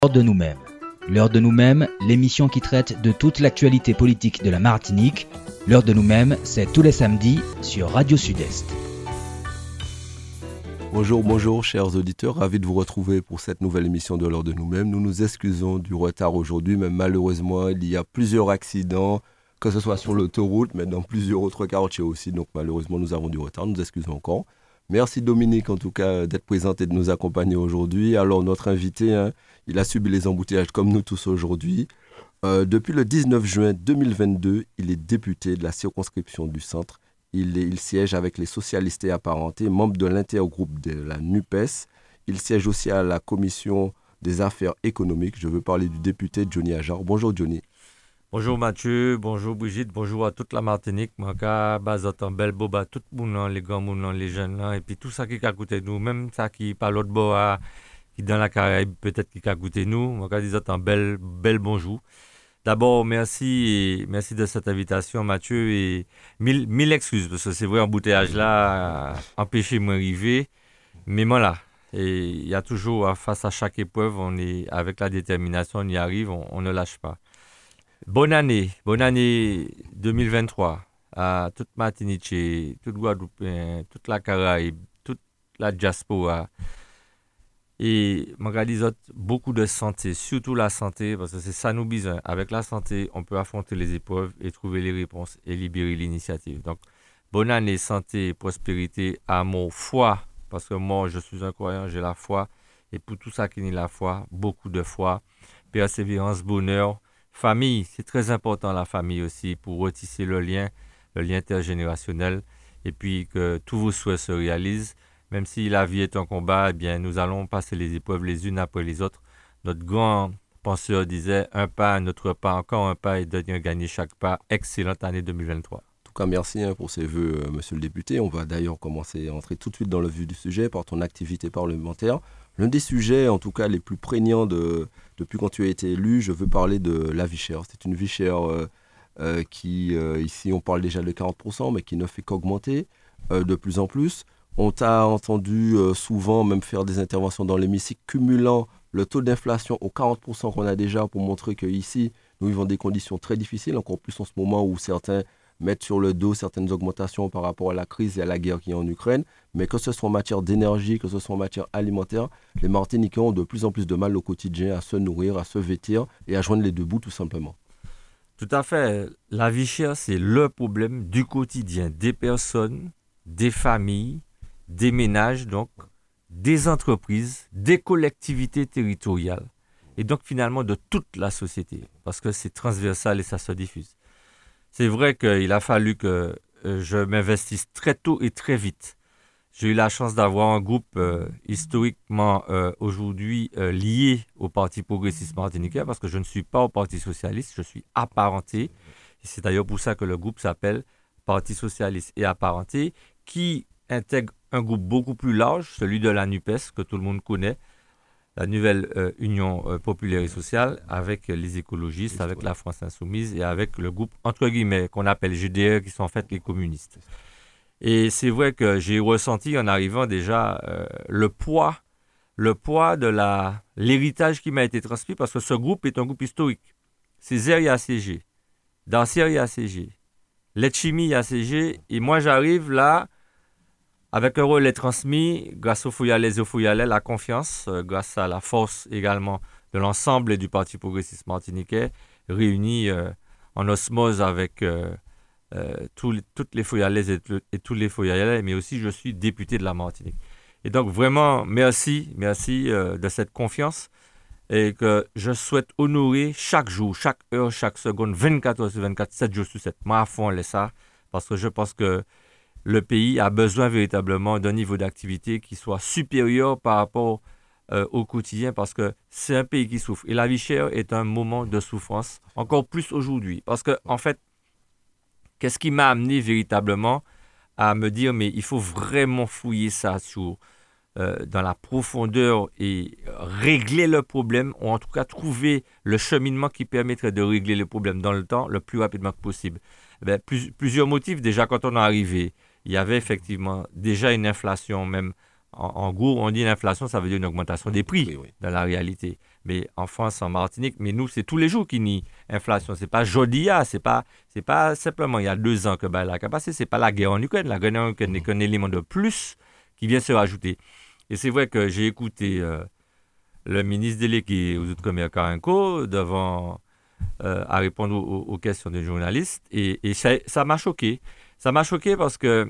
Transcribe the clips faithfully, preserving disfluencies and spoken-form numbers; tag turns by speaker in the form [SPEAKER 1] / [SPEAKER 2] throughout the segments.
[SPEAKER 1] L'heure de nous-mêmes. L'heure de nous-mêmes, l'émission qui traite de toute l'actualité politique de la Martinique. L'heure de nous-mêmes, c'est tous les samedis sur Radio Sud-Est.
[SPEAKER 2] Bonjour, bonjour chers auditeurs, ravi de vous retrouver pour cette nouvelle émission de l'heure de nous-mêmes. Nous nous excusons du retard aujourd'hui, mais malheureusement il y a plusieurs accidents, que ce soit sur l'autoroute, mais dans plusieurs autres quartiers aussi, donc malheureusement nous avons du retard, nous nous excusons encore. Merci Dominique en tout cas d'être présente et de nous accompagner aujourd'hui. Alors notre invité, hein, il a subi les embouteillages comme nous tous aujourd'hui. Euh, depuis le dix-neuf juin deux mille vingt-deux, il est député de la circonscription du Centre. Il, est, il siège avec les socialistes et apparentés, membre de l'intergroupe de la NUPES. Il siège aussi à la commission des affaires économiques. Je veux parler du député Johnny Ajar. Bonjour Johnny.
[SPEAKER 3] Bonjour Mathieu, bonjour Brigitte, bonjour à toute la Martinique. Moi, je bel boba tout le monde, les grands monde, les jeunes, et puis tout ça qui a goûté nous, même ça qui par l'autre bord, qui dans la Caraïbe, peut-être qui a goûté nous. Moi, je dis un bel, bel bonjour. D'abord, merci et merci de cette invitation, Mathieu, et mille, mille excuses, parce que c'est vrai, embouteillage là, empêché de m'arriver, mais voilà. Et il y a toujours, face à chaque épreuve, on est avec la détermination, on y arrive, on, on ne lâche pas. Bonne année, bonne année deux mille vingt-trois à toute Martinique, toute Guadeloupe, toute la Caraïbe, toute la diaspora. Et je beaucoup de santé, surtout la santé, parce que c'est ça nous besoin. Avec la santé, on peut affronter les épreuves et trouver les réponses et libérer l'initiative. Donc, bonne année, santé, prospérité, amour, foi, parce que moi, je suis un croyant, j'ai la foi. Et pour tout ça qui n'est la foi, beaucoup de foi, persévérance, bonheur. Famille, c'est très important la famille aussi pour retisser le lien, le lien intergénérationnel et puis que tous vos souhaits se réalisent. Même si la vie est un combat, eh bien, nous allons passer les épreuves les unes après les autres. Notre grand penseur disait un pas, un autre pas, encore un pas et de gagner chaque pas. Excellente année deux mille vingt-trois.
[SPEAKER 2] En tout cas, merci hein, pour ces vœux, euh, monsieur le député. On va d'ailleurs commencer à entrer tout de suite dans le vif du sujet par ton activité parlementaire. L'un des sujets, en tout cas, les plus prégnants de, depuis quand tu as été élu, je veux parler de la vie chère. C'est une vie chère euh, euh, qui, euh, ici, on parle déjà de quarante pour cent, mais qui ne fait qu'augmenter euh, de plus en plus. On t'a entendu euh, souvent même faire des interventions dans l'hémicycle, cumulant le taux d'inflation aux quarante pour cent qu'on a déjà pour montrer qu'ici, nous vivons des conditions très difficiles, encore plus en ce moment où certains mettre sur le dos certaines augmentations par rapport à la crise et à la guerre qui est en Ukraine, mais que ce soit en matière d'énergie, que ce soit en matière alimentaire, les Martiniquais ont de plus en plus de mal au quotidien à se nourrir, à se vêtir et à joindre les deux bouts tout simplement.
[SPEAKER 3] Tout à fait. La vie chère, c'est le problème du quotidien des personnes, des familles, des ménages, donc des entreprises, des collectivités territoriales et donc finalement de toute la société parce que c'est transversal et ça se diffuse. C'est vrai qu'il a fallu que euh, je m'investisse très tôt et très vite. J'ai eu la chance d'avoir un groupe euh, historiquement euh, aujourd'hui euh, lié au Parti progressiste martiniquais parce que je ne suis pas au Parti socialiste, je suis apparenté. Et c'est d'ailleurs pour ça que le groupe s'appelle Parti socialiste et apparenté, qui intègre un groupe beaucoup plus large, celui de la NUPES que tout le monde connaît, la nouvelle euh, Union euh, populaire et sociale, avec euh, les écologistes, avec la France insoumise et avec le groupe, entre guillemets, qu'on appelle G D R, qui sont en fait les communistes. Et c'est vrai que j'ai ressenti en arrivant déjà euh, le poids, le poids de la, l'héritage qui m'a été transmis, parce que ce groupe est un groupe historique. C'est Z E R I A C G, Dancière I A C G, Letchimi I A C G, et moi j'arrive là, avec un relais transmis grâce au Fouyalais et au Fouyalais, la confiance, euh, grâce à la force également de l'ensemble du Parti progressiste martiniquais, réunis euh, en osmose avec euh, euh, tous les, toutes les Fouyalais et, et tous les Fouyalais, mais aussi je suis député de la Martinique. Et donc vraiment, merci, merci euh, de cette confiance et que je souhaite honorer chaque jour, chaque heure, chaque seconde, vingt-quatre heures sur vingt-quatre, sept jours sur sept. Moi, à fond, on laisse ça, parce que je pense que le pays a besoin véritablement d'un niveau d'activité qui soit supérieur par rapport euh, au quotidien parce que c'est un pays qui souffre. Et la vie chère est un moment de souffrance, encore plus aujourd'hui. Parce que, en fait, qu'est-ce qui m'a amené véritablement à me dire, mais il faut vraiment fouiller ça sur, euh, dans la profondeur et régler le problème, ou en tout cas trouver le cheminement qui permettrait de régler le problème dans le temps le plus rapidement que possible. Eh bien, plus, plusieurs motifs. Déjà, quand on est arrivé, il y avait effectivement déjà une inflation, même en, en gros, on dit une inflation, ça veut dire une augmentation des prix, oui, oui. Dans la réalité. mais en France, en Martinique, mais nous, c'est tous les jours qu'il y a inflation. C'est pas jodia, c'est pas, c'est pas simplement il y a deux ans que ben, la capacité, c'est pas la guerre en Ukraine. La guerre en Ukraine n'est qu'un élément de plus qui vient se rajouter. Et c'est vrai que j'ai écouté euh, le ministre délégué aux Outre-mer Carenco devant euh, à répondre aux, aux questions des journalistes, et, et ça, ça m'a choqué. Ça m'a choqué parce que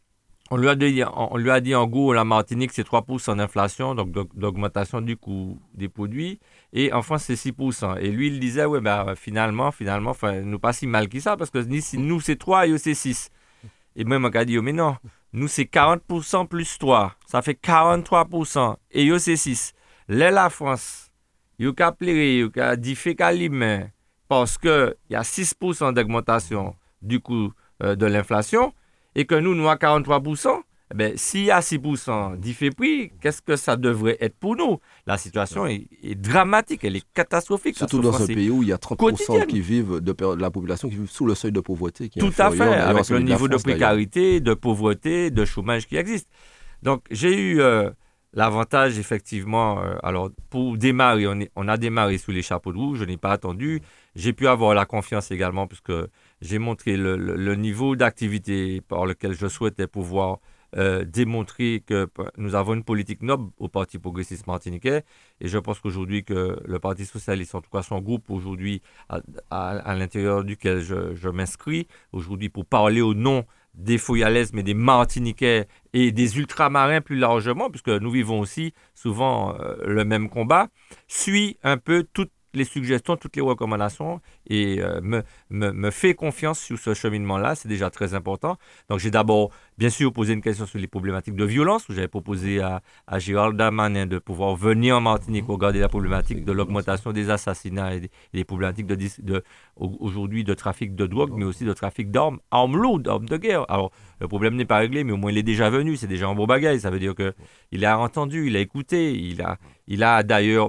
[SPEAKER 3] On lui, a dit, on lui a dit en gros, la Martinique, c'est trois pour cent d'inflation, donc d'augmentation du coût des produits. Et en France, c'est six pour cent. Et lui, il disait, ouais, ben, finalement, finalement, nous pas si mal que ça, parce que nous, c'est trois et eux, c'est six. Et moi, il m'a dit, mais non, nous, c'est quarante pour cent plus trois. Ça fait quarante-trois pour cent. Et eux, c'est six. Là, la France, il y a pleuré, il y a dit, fait qu'à parce qu'il y a six pour cent d'augmentation du coût euh, de l'inflation. Et que nous, nous, à quarante-trois pour cent, eh bien, s'il y a six pour cent d'effet prix, qu'est-ce que ça devrait être pour nous? La situation est, est dramatique, elle est catastrophique.
[SPEAKER 2] Surtout dans un pays où il y a trente pour cent qui vivent de, de la population qui vit sous le seuil de pauvreté. Qui est
[SPEAKER 3] Tout à fait, avec le niveau de,
[SPEAKER 2] de
[SPEAKER 3] précarité, de pauvreté, de chômage qui existe. Donc, j'ai eu euh, l'avantage, effectivement, euh, alors, pour démarrer, on, est, on a démarré sous les chapeaux de roue, je n'ai pas attendu. J'ai pu avoir la confiance également, puisque j'ai montré le, le, le niveau d'activité par lequel je souhaitais pouvoir euh, démontrer que nous avons une politique noble au Parti progressiste martiniquais. Et je pense qu'aujourd'hui, que le Parti socialiste, en tout cas son groupe aujourd'hui, à, à, à l'intérieur duquel je, je m'inscris, aujourd'hui pour parler au nom des Foyalaises, mais des Martiniquais et des Ultramarins plus largement, puisque nous vivons aussi souvent euh, le même combat, suit un peu toute les suggestions, toutes les recommandations et euh, me, me, me fait confiance sur ce cheminement-là. C'est déjà très important. Donc, j'ai d'abord, bien sûr, posé une question sur les problématiques de violence, où j'avais proposé à, à Gérald Darmanin de pouvoir venir en Martinique regarder la problématique de l'augmentation des assassinats et des, et des problématiques de, de, aujourd'hui de trafic de drogue, mais aussi de trafic d'armes, armes lourdes, armes de guerre. Alors, le problème n'est pas réglé, mais au moins il est déjà venu. C'est déjà un beau bagage. Ça veut dire qu'il a entendu, il a écouté. Il a, il a d'ailleurs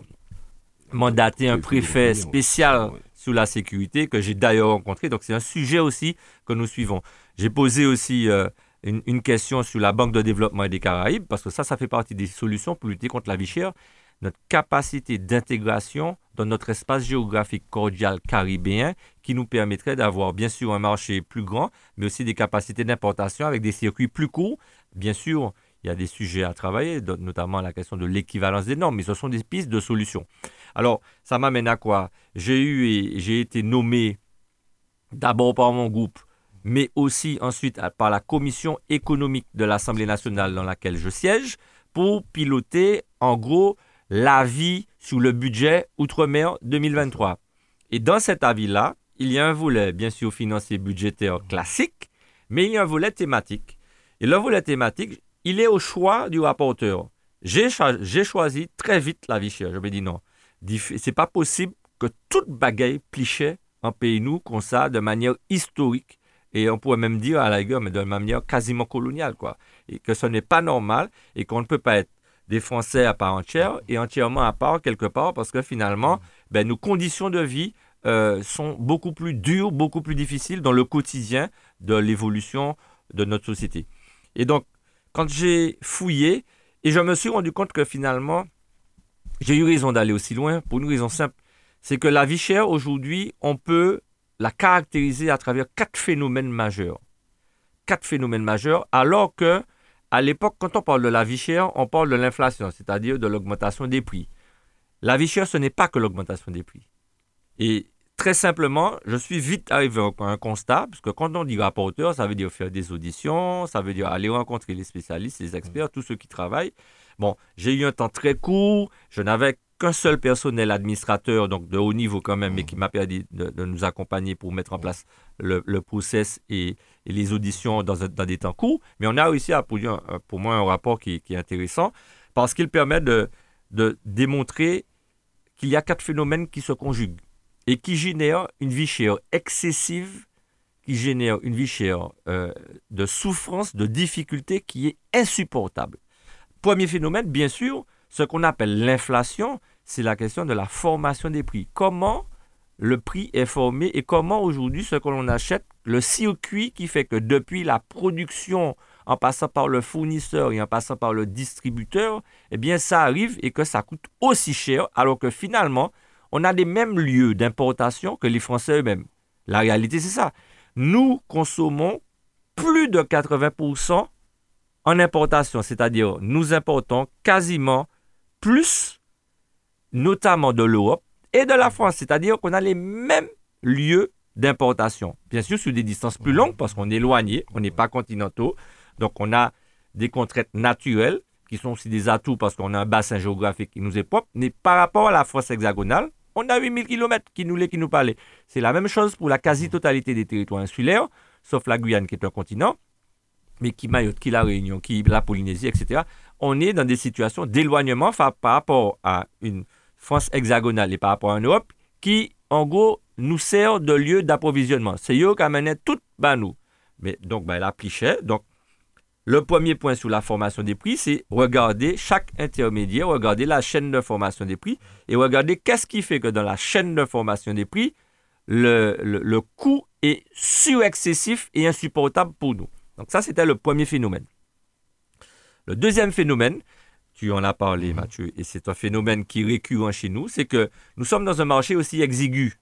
[SPEAKER 3] mandaté un préfet spécial sur la sécurité que j'ai d'ailleurs rencontré. Donc, c'est un sujet aussi que nous suivons. J'ai posé aussi euh, une, une question sur la Banque de développement des Caraïbes, parce que ça, ça fait partie des solutions pour lutter contre la vie chère. Notre capacité d'intégration dans notre espace géographique cordial caribéen qui nous permettrait d'avoir bien sûr un marché plus grand, mais aussi des capacités d'importation avec des circuits plus courts. Bien sûr, il y a des sujets à travailler, notamment la question de l'équivalence des normes, mais ce sont des pistes de solutions. Alors, ça m'amène à quoi? J'ai eu et j'ai été nommé d'abord par mon groupe, mais aussi ensuite par la commission économique de l'Assemblée nationale dans laquelle je siège, pour piloter en gros l'avis sur le budget Outre-mer deux mille vingt-trois. Et dans cet avis-là, il y a un volet bien sûr financier budgétaire classique, mais il y a un volet thématique. Et le volet thématique, il est au choix du rapporteur. J'ai, j'ai choisi très vite la vie chère. Je me dis non, c'est pas possible que toute bagaille plichait en pays nous comme ça, de manière historique, et on pourrait même dire à la rigueur, mais de manière quasiment coloniale, quoi. Et que ce n'est pas normal et qu'on ne peut pas être des Français à part entière et entièrement à part quelque part, parce que finalement, ben, nos conditions de vie euh, sont beaucoup plus dures, beaucoup plus difficiles dans le quotidien de l'évolution de notre société. Et donc, quand j'ai fouillé, et je me suis rendu compte que finalement, j'ai eu raison d'aller aussi loin pour une raison simple, c'est que la vie chère, aujourd'hui, on peut la caractériser à travers quatre phénomènes majeurs. Quatre phénomènes majeurs, alors que à l'époque, quand on parle de la vie chère, on parle de l'inflation, c'est-à-dire de l'augmentation des prix. La vie chère, ce n'est pas que l'augmentation des prix. Et très simplement, je suis vite arrivé à un constat, parce que quand on dit rapporteur, ça veut dire faire des auditions, ça veut dire aller rencontrer les spécialistes, les experts, tous ceux qui travaillent. Bon, j'ai eu un temps très court, je n'avais qu'un seul personnel administrateur, donc de haut niveau quand même, mais qui m'a permis de, de nous accompagner pour mettre en place le, le process et, et les auditions dans, dans des temps courts. Mais on a réussi à produire, un, pour moi, un rapport qui, qui est intéressant parce qu'il permet de, de démontrer qu'il y a quatre phénomènes qui se conjuguent et qui génèrent une vie chère excessive, qui génère une vie chère euh, de souffrance, de difficulté qui est insupportable. Premier phénomène, bien sûr, ce qu'on appelle l'inflation, c'est la question de la formation des prix. Comment le prix est formé et comment aujourd'hui ce que l'on achète, le circuit qui fait que depuis la production en passant par le fournisseur et en passant par le distributeur, eh bien, ça arrive et que ça coûte aussi cher, alors que finalement, on a les mêmes lieux d'importation que les Français eux-mêmes. La réalité, c'est ça. Nous consommons plus de quatre-vingts pour cent en importation, c'est-à-dire nous importons quasiment plus, notamment de l'Europe et de la France, c'est-à-dire qu'on a les mêmes lieux d'importation. Bien sûr, sur des distances plus longues, parce qu'on est éloigné, on n'est pas continentaux, donc on a des contraintes naturelles qui sont aussi des atouts parce qu'on a un bassin géographique qui nous est propre, mais par rapport à la France hexagonale, on a huit mille kilomètres qui nous, qui nous parlaient. C'est la même chose pour la quasi-totalité des territoires insulaires, sauf la Guyane qui est un continent, mais qui Mayotte, qui la Réunion, qui la Polynésie, et cetera. On est dans des situations d'éloignement par rapport à une France hexagonale et par rapport à une Europe qui, en gros, nous sert de lieu d'approvisionnement. C'est eux qui amènent tout ben nous. Mais donc, ben, la plichait. Donc, le premier point sur la formation des prix, c'est regarder chaque intermédiaire, regarder la chaîne de formation des prix et regarder qu'est-ce qui fait que dans la chaîne de formation des prix, le, le, le coût est surexcessif et insupportable pour nous. Donc ça, c'était le premier phénomène. Le deuxième phénomène, tu en as parlé, Mathieu, et c'est un phénomène qui est récurrent chez nous, c'est que nous sommes dans un marché aussi exigu.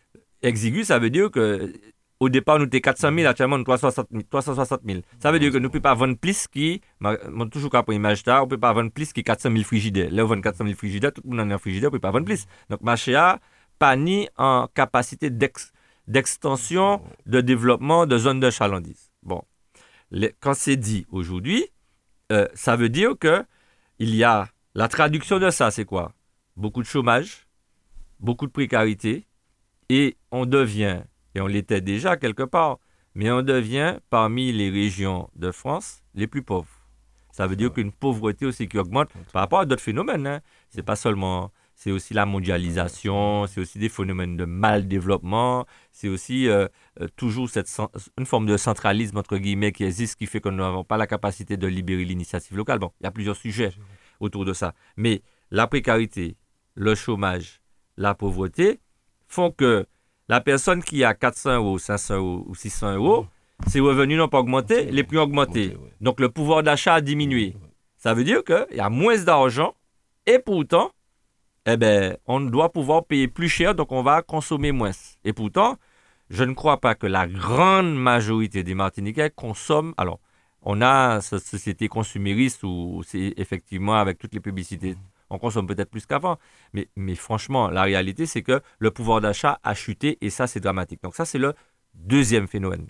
[SPEAKER 3] Exigu, ça veut dire que au départ, nous étions quatre cent mille, actuellement, nous sommes trois cent soixante mille. Ça veut dire que nous ne pouvons pas vendre plus qui, moi, toujours quand on image ça, on ne peut pas vendre plus qui quatre cent mille frigidaires. Là, on vend quatre cent mille frigidaires, tout le monde en a un frigidaire, on ne peut pas vendre plus. Donc, marché a pas ni en capacité d'ex, d'extension, de développement de zones de chalandise. Bon, les, quand c'est dit aujourd'hui, euh, ça veut dire que il y a la traduction de ça, c'est quoi? Beaucoup de chômage, beaucoup de précarité, et on devient, et on l'était déjà quelque part, mais on devient parmi les régions de France les plus pauvres. Ça veut dire qu'une pauvreté aussi qui augmente par rapport à d'autres phénomènes. Hein. C'est pas seulement, c'est aussi la mondialisation, c'est aussi des phénomènes de mal-développement, c'est aussi euh, euh, toujours cette, une forme de centralisme entre guillemets qui existe, qui fait que nous n'avons pas la capacité de libérer l'initiative locale. Bon, il y a plusieurs sujets autour de ça. Mais la précarité, le chômage, la pauvreté font que la personne qui a quatre cents euros, cinq cents euros ou six cents euros, ses revenus n'ont pas augmenté, les prix ont augmenté. Donc, le pouvoir d'achat a diminué. Ça veut dire qu'il y a moins d'argent et pourtant, eh ben, on doit pouvoir payer plus cher, donc on va consommer moins. Et pourtant, je ne crois pas que la grande majorité des Martiniquais consomment. Alors, on a cette société consumériste où c'est effectivement avec toutes les publicités, on consomme peut-être plus qu'avant, mais, mais franchement, la réalité, c'est que le pouvoir d'achat a chuté et ça, c'est dramatique. Donc ça, c'est le deuxième phénomène.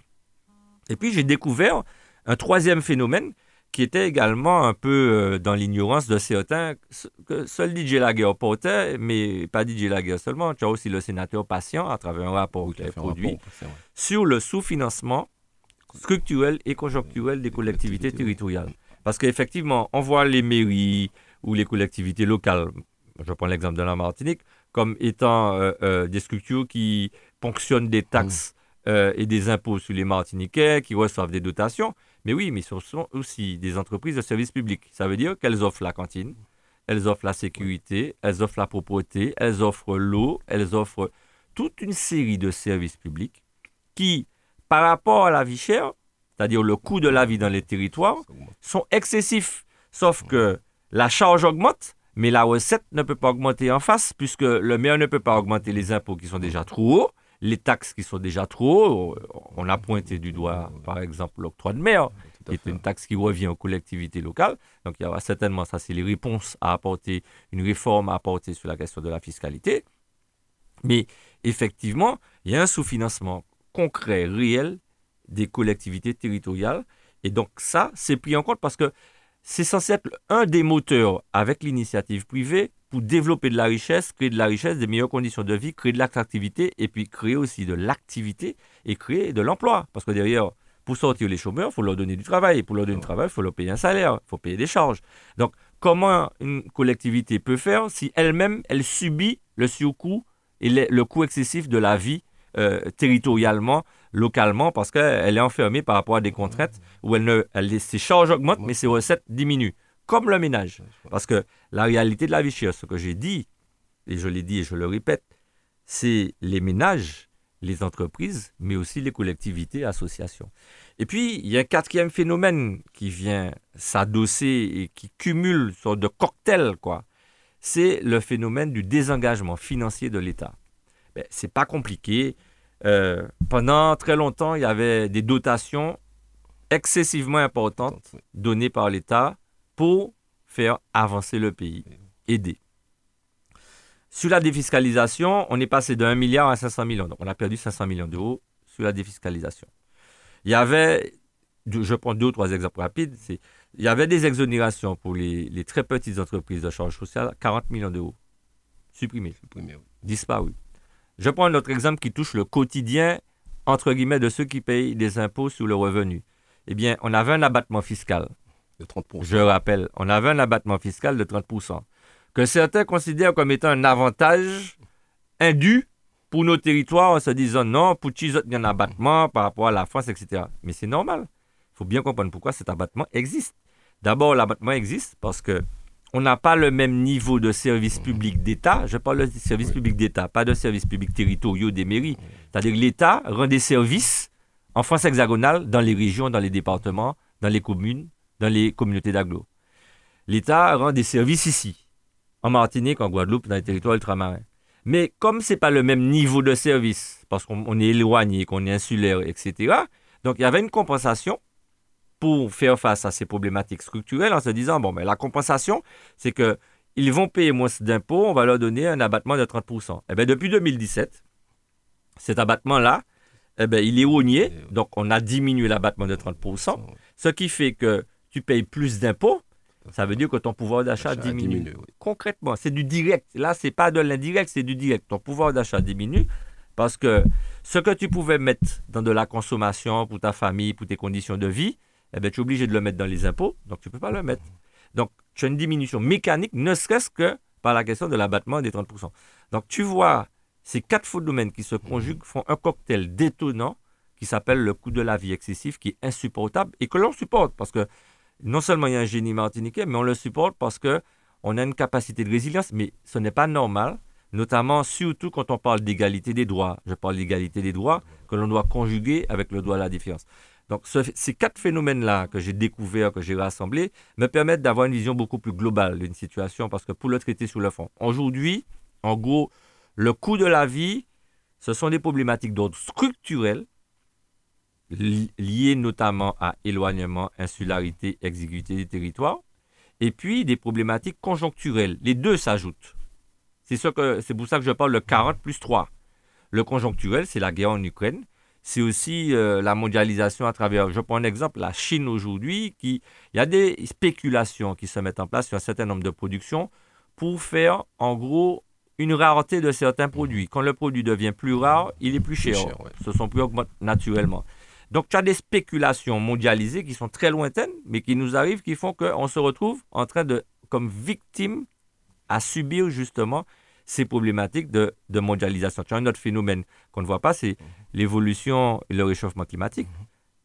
[SPEAKER 3] Et puis, j'ai découvert un troisième phénomène qui était également un peu euh, dans l'ignorance de certains, que seul D J Laguerre portait, mais pas D J Laguerre seulement. Tu as aussi le sénateur Patient, à travers un rapport oui, qu'il a produit, rapport, sur le sous-financement structurel et conjoncturel des collectivités territoriales. Parce qu'effectivement, on voit les mairies ou les collectivités locales, je prends l'exemple de la Martinique, comme étant euh, euh, des structures qui ponctionnent des taxes euh, et des impôts sur les Martiniquais, qui reçoivent des dotations. Mais oui, mais ce sont aussi des entreprises de services publics. Ça veut dire qu'elles offrent la cantine, elles offrent la sécurité, elles offrent la propreté, elles offrent l'eau, elles offrent toute une série de services publics qui, par rapport à la vie chère, c'est-à-dire le coût de la vie dans les territoires, sont excessifs. Sauf que la charge augmente, mais la recette ne peut pas augmenter en face, puisque le maire ne peut pas augmenter les impôts qui sont déjà trop hauts, les taxes qui sont déjà trop hauts. On a pointé du doigt, par exemple, l'octroi de mer, qui est une taxe qui revient aux collectivités locales. Donc, il y aura certainement, ça, c'est les réponses à apporter, une réforme à apporter sur la question de la fiscalité. Mais effectivement, il y a un sous-financement concret, réel, des collectivités territoriales. Et donc, ça, c'est pris en compte parce que c'est censé être un des moteurs avec l'initiative privée pour développer de la richesse, créer de la richesse, des meilleures conditions de vie, créer de l'attractivité et puis créer aussi de l'activité et créer de l'emploi. Parce que derrière, pour sortir les chômeurs, il faut leur donner du travail. Et pour leur donner du travail, il faut leur payer un salaire, il faut payer des charges. Donc, comment une collectivité peut faire si elle-même, elle subit le surcoût et le, le coût excessif de la vie euh, territorialement, localement, parce qu'elle est enfermée par rapport à des contraintes où elle ne, elle, ses charges augmentent, mais ses recettes diminuent, comme le ménage. Parce que la réalité de la vie chère, ce que j'ai dit, et je l'ai dit et je le répète, c'est les ménages, les entreprises, mais aussi les collectivités, associations. Et puis, il y a un quatrième phénomène qui vient s'adosser et qui cumule une sorte de cocktail, quoi. C'est le phénomène du désengagement financier de l'État. Ben, c'est pas compliqué. Euh, pendant très longtemps, il y avait des dotations excessivement importantes données par l'État pour faire avancer le pays, aider. Sur la défiscalisation, on est passé de un milliard à cinq cents millions. Donc, on a perdu cinq cents millions d'euros sur la défiscalisation. Il y avait, je prends deux ou trois exemples rapides, c'est, il y avait des exonérations pour les, les très petites entreprises de charges sociales, quarante millions d'euros supprimés,
[SPEAKER 2] Supprimé, oui.
[SPEAKER 3] disparus. Je prends un autre exemple qui touche le quotidien, entre guillemets, de ceux qui payent des impôts sur le revenu. Eh bien, on avait un abattement fiscal.
[SPEAKER 2] De trente pour cent.
[SPEAKER 3] Je rappelle, on avait un abattement fiscal de trente pour cent. Que certains considèrent comme étant un avantage indu pour nos territoires en se disant non, pour qui il y a un abattement par rapport à la France, et cetera. Mais c'est normal. Il faut bien comprendre pourquoi cet abattement existe. D'abord, l'abattement existe parce qu'on n'a pas le même niveau de service public d'État. Je parle de service oui. public d'État, pas de services publics territoriaux des mairies. Oui. C'est-à-dire que l'État rend des services en France hexagonale dans les régions, dans les départements, dans les communes, dans les communautés d'agglo. L'État rend des services ici, en Martinique, en Guadeloupe, dans les territoires ultramarins. Mais comme ce n'est pas le même niveau de service, parce qu'on on est éloigné, qu'on est insulaire, et cetera, donc il y avait une compensation pour faire face à ces problématiques structurelles en se disant, bon, mais la compensation, c'est qu'ils vont payer moins d'impôts, on va leur donner un abattement de trente pour cent. Eh bien, depuis deux mille dix-sept, cet abattement-là, eh bien, il est rogné, donc on a diminué l'abattement de trente pour cent, ce qui fait que tu payes plus d'impôts. Ça veut dire que ton pouvoir d'achat diminue. diminue oui. Concrètement, c'est du direct. Là, ce n'est pas de l'indirect, c'est du direct. Ton pouvoir d'achat diminue parce que ce que tu pouvais mettre dans de la consommation pour ta famille, pour tes conditions de vie, eh bien, tu es obligé de le mettre dans les impôts, donc tu ne peux pas le mettre. Donc, tu as une diminution mécanique, ne serait-ce que par la question de l'abattement des trente pour cent. Donc, tu vois, ces quatre phénomènes qui se conjuguent font un cocktail détonnant qui s'appelle le coût de la vie excessif, qui est insupportable et que l'on supporte parce que non seulement il y a un génie martiniquais, mais on le supporte parce qu'on a une capacité de résilience, mais ce n'est pas normal, notamment surtout quand on parle d'égalité des droits. Je parle d'égalité des droits que l'on doit conjuguer avec le droit à la différence. Donc ce, ces quatre phénomènes-là que j'ai découverts, que j'ai rassemblés, me permettent d'avoir une vision beaucoup plus globale d'une situation parce que pour le traiter sur le fond. Aujourd'hui, en gros, le coût de la vie, ce sont des problématiques d'ordre structurel, liées notamment à éloignement, insularité, exiguïté des territoires, et puis des problématiques conjoncturelles. Les deux s'ajoutent. C'est, ce que, c'est pour ça que je parle de quarante plus trois. Le conjoncturel, c'est la guerre en Ukraine. C'est aussi euh, la mondialisation à travers, je prends un exemple, la Chine aujourd'hui. Qui, il y a des spéculations qui se mettent en place sur un certain nombre de productions pour faire, en gros, une rareté de certains produits. Quand le produit devient plus rare, il est plus cher. Plus cher ouais. Ce sont plus augmente naturellement. Donc, tu as des spéculations mondialisées qui sont très lointaines, mais qui nous arrivent, qui font qu'on se retrouve en train de, comme victime, à subir justement ces problématiques de, de mondialisation. Tu as un autre phénomène qu'on ne voit pas, c'est l'évolution et le réchauffement climatique. Pourquoi ?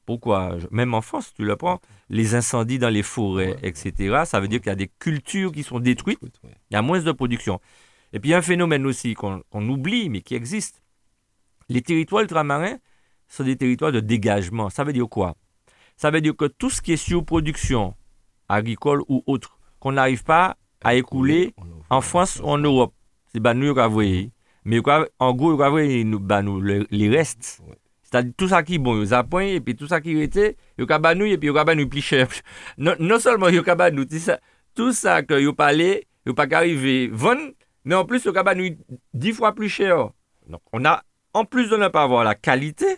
[SPEAKER 3] Même en France, tu le prends, les incendies dans les forêts, et cetera, ça veut dire qu'il y a des cultures qui sont détruites, il y a moins de production. Et puis, il y a un phénomène aussi qu'on, qu'on oublie, mais qui existe. Les territoires ultramarins sont des territoires de dégagement. Ça veut dire quoi ? Ça veut dire que tout ce qui est surproduction agricole ou autre, qu'on n'arrive pas à écouler en France ou en Europe, c'est ben nous qui avons. Mais en gros, nous ben nous les restes. C'est-à-dire tout ça qui bon, ils apprennent et puis tout ça qui était, ils ont nous et puis ils ont nous plus cher. Non, non seulement ils ont nous tout ça, tout ça que ils parlé, ils pas arrivé vendre, mais en plus ils ont nous dix fois plus cher. Donc on a en plus de ne pas avoir la qualité,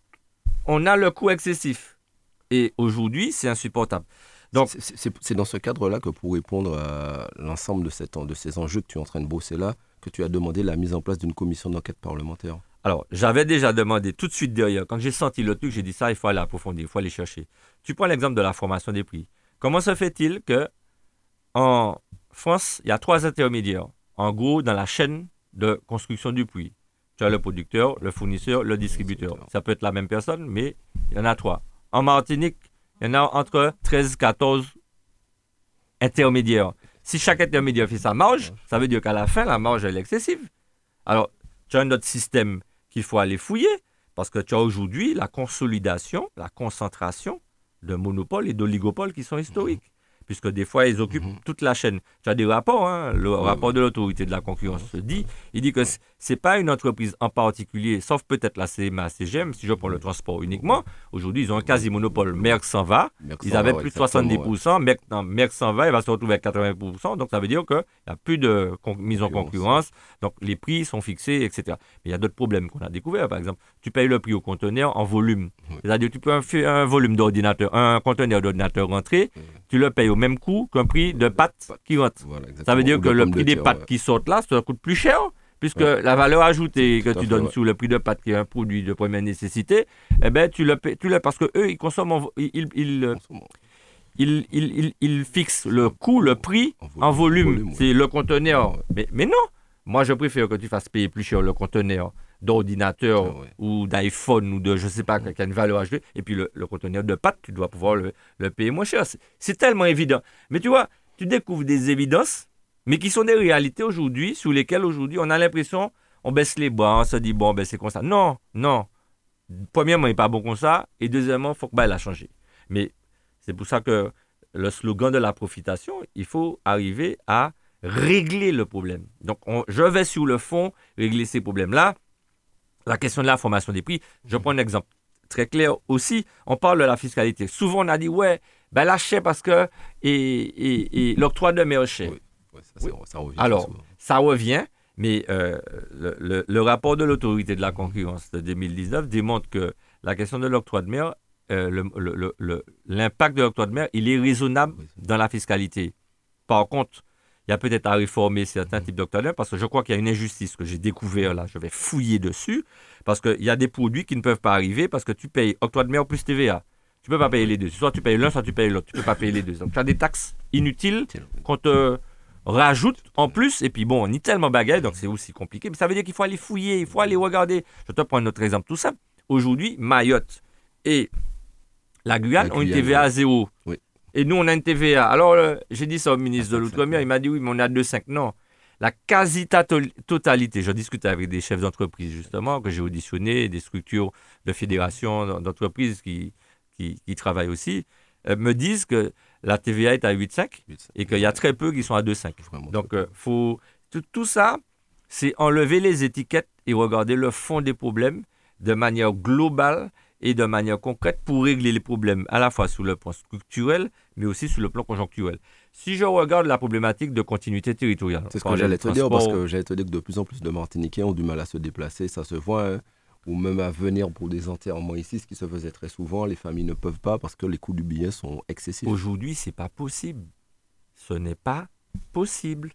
[SPEAKER 3] on a le coût excessif. Et aujourd'hui, c'est insupportable. Donc,
[SPEAKER 2] c'est, c'est, c'est dans ce cadre-là que pour répondre à l'ensemble de, cette, de ces enjeux que tu es en train de bosser là, que tu as demandé la mise en place d'une commission d'enquête parlementaire.
[SPEAKER 3] Alors, j'avais déjà demandé tout de suite derrière. Quand j'ai senti le truc, j'ai dit ça, il faut aller approfondir, il faut aller chercher. Tu prends l'exemple de la formation des prix. Comment se fait-il qu'en France, il y a trois intermédiaires, en gros, dans la chaîne de construction du prix. Tu as le producteur, le fournisseur, le distributeur. Ça peut être la même personne, mais il y en a trois. En Martinique, il y en a entre treize à quatorze intermédiaires. Si chaque intermédiaire fait sa marge, ça veut dire qu'à la fin, la marge elle est excessive. Alors, tu as un autre système qu'il faut aller fouiller. Parce que tu as aujourd'hui la consolidation, la concentration de monopoles et d'oligopoles qui sont historiques. Mmh. Puisque des fois, ils occupent mmh. toute la chaîne. Tu as des rapports, hein, le ouais, rapport ouais. de l'autorité de la concurrence se dit, il dit que ce n'est pas une entreprise en particulier, sauf peut-être la C M A, C G M, si je prends le transport uniquement. Aujourd'hui, ils ont un quasi-monopole. Merck s'en va, Merck ils avaient va, plus de soixante-dix pour cent, ouais. Merck, non, Merck s'en va, il va se retrouver à quatre-vingts pour cent, donc ça veut dire qu'il n'y a plus de con- mise en concurrence, donc les prix sont fixés, et cetera. Mais il y a d'autres problèmes qu'on a découverts, par exemple, tu payes le prix au conteneur en volume. Oui. C'est-à-dire que tu peux un, un volume d'ordinateur, un conteneur d'ordinateur rentré, oui. tu le payes au même coût qu'un prix de pâtes qui rentre. Voilà, ça veut dire que le prix des pâtes ouais. qui sortent là, ça coûte plus cher, puisque ouais. la valeur ajoutée que tu fait, donnes ouais. sous le prix de pâtes, qui est un produit de première nécessité, eh ben, tu le payes, tu le, parce qu'eux, ils consomment, en, ils, ils, ils, ils, ils, ils, ils fixent le coût, le prix en volume. En volume. volume C'est ouais. le conteneur. Ouais. Mais, mais non, moi je préfère que tu fasses payer plus cher le conteneur d'ordinateur ah ouais. ou d'iPhone ou de je sais pas, qui a une valeur ajoutée, et puis le, le conteneur de pâtes, tu dois pouvoir le, le payer moins cher. C'est, c'est tellement évident. Mais tu vois, tu découvres des évidences, mais qui sont des réalités aujourd'hui, sous lesquelles aujourd'hui on a l'impression, on baisse les bras, on se dit bon, ben c'est comme ça. Non, non. Premièrement, il n'est pas bon comme ça, et deuxièmement, il faut que ben, il a changé. Mais c'est pour ça que le slogan de la profitation, il faut arriver à régler le problème. Donc, on, je vais sur le fond régler ces problèmes-là. La question de la formation des prix, je prends un exemple très clair aussi. On parle de la fiscalité. Souvent, on a dit, ouais, ben là, je sais parce que et, et, et l'octroi de mer cher. Oui, oui, ça, oui. Ça, ça revient. Alors, ça revient, mais euh, le, le, le rapport de l'autorité de la concurrence de deux mille dix-neuf démontre que la question de l'octroi de mer, euh, le, le, le, le, l'impact de l'octroi de mer, il est raisonnable oui, dans la fiscalité. Par contre, il y a peut-être à réformer certains types d'octroi de mer parce que je crois qu'il y a une injustice que j'ai découvert là. Je vais fouiller dessus parce qu'il y a des produits qui ne peuvent pas arriver parce que tu payes octroi de mer plus T V A. Tu ne peux pas payer les deux. Soit tu payes l'un, soit tu payes l'autre. Tu ne peux pas payer les deux. Donc tu as des taxes inutiles qu'on te rajoute en plus. Et puis bon, on est tellement bagaille, donc c'est aussi compliqué. Mais ça veut dire qu'il faut aller fouiller, il faut aller regarder. Je te prends un autre exemple tout simple. Aujourd'hui, Mayotte et la Guyane, la Guyane ont une T V A à zéro. Oui. Et nous, on a une T V A. Alors, euh, j'ai dit ça au ministre de l'Outre-mer. Il m'a dit oui, mais on a deux virgule cinq. Non. La quasi-totalité, je discute avec des chefs d'entreprise, justement, que j'ai auditionnés, des structures de fédérations d'entreprises qui, qui, qui travaillent aussi, euh, me disent que la T V A est à huit virgule cinq et qu'il y a très peu qui sont à deux virgule cinq. Donc, euh, faut, tout, tout ça, c'est enlever les étiquettes et regarder le fond des problèmes de manière globale et de manière concrète pour régler les problèmes à la fois sur le plan structurel, mais aussi sur le plan conjoncturel. Si je regarde la problématique de continuité territoriale...
[SPEAKER 2] C'est ce que j'allais te dire, parce que j'allais te dire que de plus en plus de Martiniquais ont du mal à se déplacer, ça se voit, hein, ou même à venir pour des enterrements ici, ce qui se faisait très souvent, les familles ne peuvent pas parce que les coûts du billet sont excessifs.
[SPEAKER 3] Aujourd'hui, ce n'est pas possible. Ce n'est pas possible.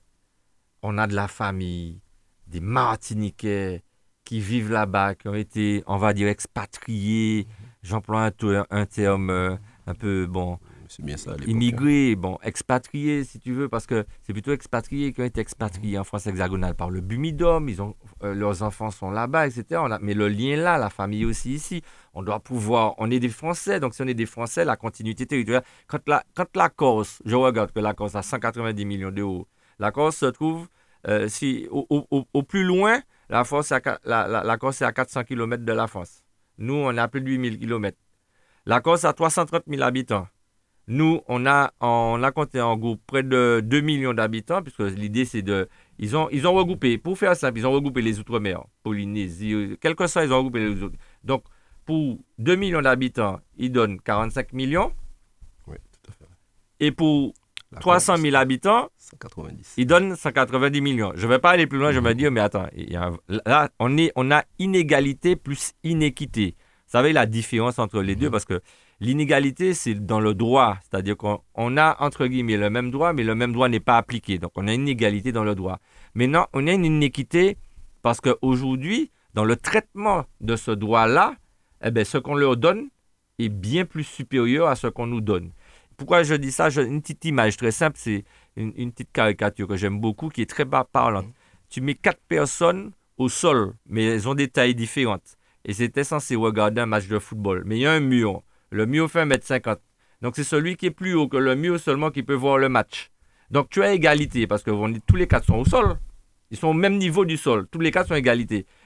[SPEAKER 3] On a de la famille, des Martiniquais qui vivent là-bas, qui ont été, on va dire, expatriés. J'emploie un, un terme euh, un peu, bon,
[SPEAKER 2] c'est bien ça,
[SPEAKER 3] immigrés, bon, expatriés, si tu veux, parce que c'est plutôt expatriés qui ont été expatriés en France hexagonale par le Bumidum. Ils ont, euh, leurs enfants sont là-bas, et cetera. On a, mais le lien là, la famille aussi ici, on doit pouvoir, on est des Français, donc si on est des Français, la continuité territoriale. Quand la, quand la Corse, je regarde que la Corse a cent quatre-vingt-dix millions d'euros, la Corse se trouve, euh, si, au, au, au plus loin, La, France à, la, la, la Corse est à quatre cents kilomètres de la France. Nous, on a plus de huit mille kilomètres. La Corse a trois cent trente mille habitants. Nous, on a, on a compté en groupe près de deux millions d'habitants, puisque l'idée, c'est de... Ils ont, ils ont regroupé, pour faire simple, ils ont regroupé les Outre-mer, Polynésie, quel que soit, ils ont regroupé les autres. Donc, pour deux millions d'habitants, ils donnent quarante-cinq millions.
[SPEAKER 2] Oui, tout à fait.
[SPEAKER 3] Et pour La trois cent mille habitants,
[SPEAKER 2] cent quatre-vingt-dix.
[SPEAKER 3] Ils donnent cent quatre-vingt-dix millions. Je ne vais pas aller plus loin, mmh. je vais me dire, mais attends, il y a un... là, on, est, on a inégalité plus inéquité. Vous savez la différence entre les mmh. deux, parce que l'inégalité, c'est dans le droit. C'est-à-dire qu'on on a, entre guillemets, le même droit, mais le même droit n'est pas appliqué. Donc, on a une inégalité dans le droit. Maintenant, on a une inéquité parce qu'aujourd'hui, dans le traitement de ce droit-là, eh bien, ce qu'on leur donne est bien plus supérieur à ce qu'on nous donne. Pourquoi je dis ça? je, Une petite image très simple, c'est une, une petite caricature que j'aime beaucoup, qui est très parlante. Mmh. Tu mets quatre personnes au sol, mais elles ont des tailles différentes. Et c'était censé regarder un match de football. Mais il y a un mur. Le mur fait un mètre cinquante. Donc, c'est celui qui est plus haut que le mur seulement qui peut voir le match. Donc, tu as égalité, parce que on est, tous les quatre sont au sol. Ils sont au même niveau du sol. Tous les quatre sont égalité.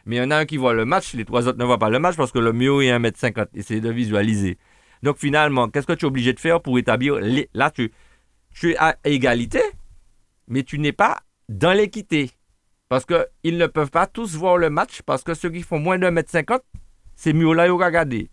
[SPEAKER 3] Mais il y en a un qui voit le match, les trois autres ne voient pas le match parce que le mur est un mètre cinquante. Essayez de visualiser. Donc finalement, qu'est-ce que tu es obligé de faire pour établir... Les... Là, tu, tu es à égalité, mais tu n'es pas dans l'équité. Parce qu'ils ne peuvent pas tous voir le match parce que ceux qui font moins d'un mètre cinquante, ces murs-là, ils vont regarder.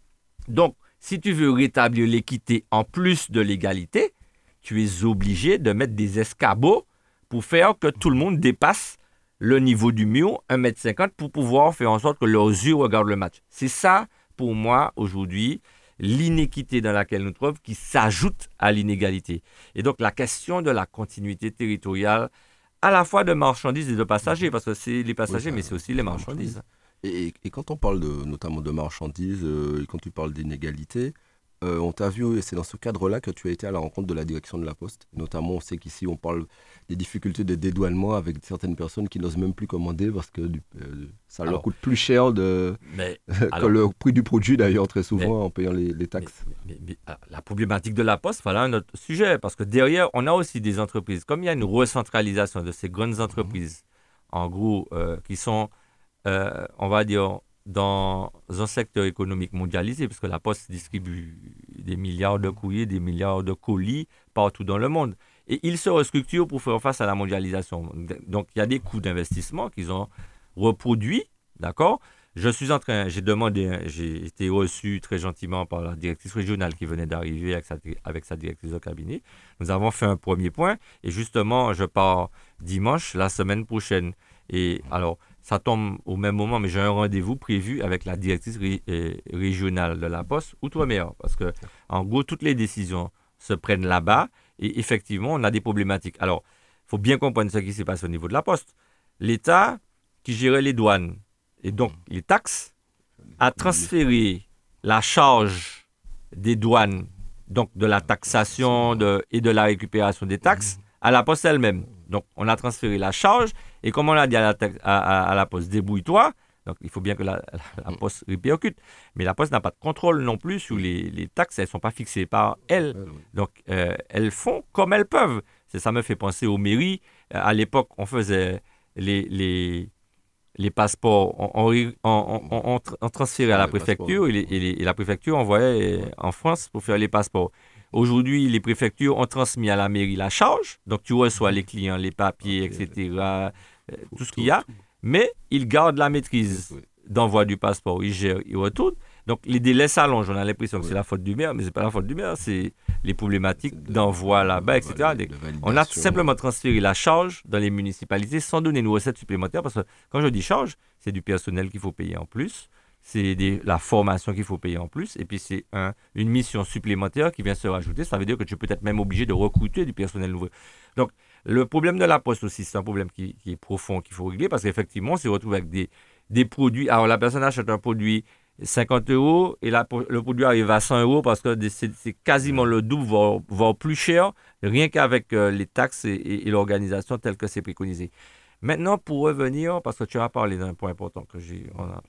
[SPEAKER 3] Donc, si tu veux rétablir l'équité en plus de l'égalité, tu es obligé de mettre des escabeaux pour faire que tout le monde dépasse le niveau du mur, un mètre cinquante, pour pouvoir faire en sorte que leurs yeux regardent le match. C'est ça, pour moi, aujourd'hui, l'inéquité dans laquelle nous nous trouvons qui s'ajoute à l'inégalité. Et donc, la question de la continuité territoriale, à la fois de marchandises et de passagers, parce que c'est les passagers, oui, mais c'est aussi les marchandises.
[SPEAKER 2] Et, et quand on parle de, notamment de marchandises, euh, et quand tu parles d'inégalité, euh, on t'a vu, et c'est dans ce cadre-là que tu as été à la rencontre de la direction de la Poste. Notamment, on sait qu'ici, on parle des difficultés de dédouanement avec certaines personnes qui n'osent même plus commander parce que du, euh, ça alors, leur coûte plus cher de, mais, que alors, le prix du produit, d'ailleurs, très souvent, mais, en payant les, les taxes.
[SPEAKER 3] Mais, mais, mais, la problématique de la Poste, voilà un autre sujet, parce que derrière, on a aussi des entreprises. Comme il y a une recentralisation de ces grandes entreprises, mmh. en gros, euh, qui sont, euh, on va dire, dans un secteur économique mondialisé, parce que la Poste distribue des milliards de courriers, des milliards de colis partout dans le monde. Et ils se restructurent pour faire face à la mondialisation. Donc, il y a des coûts d'investissement qu'ils ont reproduits, d'accord ? Je suis en train, j'ai demandé, j'ai été reçu très gentiment par la directrice régionale qui venait d'arriver avec sa, avec sa directrice de cabinet. Nous avons fait un premier point et justement, je pars dimanche, la semaine prochaine. Et alors, ça tombe au même moment, mais j'ai un rendez-vous prévu avec la directrice ré, euh, régionale de la Poste, Outre-mer, parce que, en gros, toutes les décisions se prennent là-bas et effectivement, on a des problématiques. Alors, il faut bien comprendre ce qui s'est passé au niveau de la Poste. L'État qui gérait les douanes et donc les taxes a transféré la charge des douanes, donc de la taxation de, et de la récupération des taxes, à la Poste elle-même. Donc, on a transféré la charge et comme on a dit à la, à, à, à la Poste, débrouille-toi. Donc, il faut bien que la, la, la Poste répercute. Mais la Poste n'a pas de contrôle non plus sur les, les taxes. Elles ne sont pas fixées par elles. Donc, euh, elles font comme elles peuvent. C'est, ça me fait penser aux mairies. Euh, à l'époque, on faisait les, les, les passeports, on, on, on, on, on transférait à la préfecture et, les, et, les, et la préfecture envoyait en France pour faire les passeports. Aujourd'hui, les préfectures ont transmis à la mairie la charge. Donc, tu reçois les clients, les papiers, okay, et cetera, euh, tout ce qu'il y a. Mais ils gardent la maîtrise oui, oui. d'envoi du passeport. Ils gèrent, ils retournent. Donc, les délais s'allongent. On a l'impression que oui. c'est la faute du maire, mais ce n'est pas la faute du maire. C'est les problématiques de, d'envoi là-bas, et cetera. De, de on a simplement transféré la charge dans les municipalités sans donner une recette supplémentaire. Parce que quand je dis charge, c'est du personnel qu'il faut payer en plus. C'est des, la formation qu'il faut payer en plus. Et puis, c'est un, une mission supplémentaire qui vient se rajouter. Ça veut dire que tu es peut-être même obligé de recruter du personnel nouveau. Donc, le problème de la Poste aussi, c'est un problème qui, qui est profond, qu'il faut régler. Parce qu'effectivement, on se retrouve avec des, des produits. Alors, la personne achète un produit cinquante euros et la, le produit arrive à cent euros parce que c'est, c'est quasiment le double, voire, voire plus cher, rien qu'avec euh, les taxes et, et, et l'organisation telle que c'est préconisé. Maintenant, pour revenir, parce que tu as parlé d'un point important que j'ai... On a,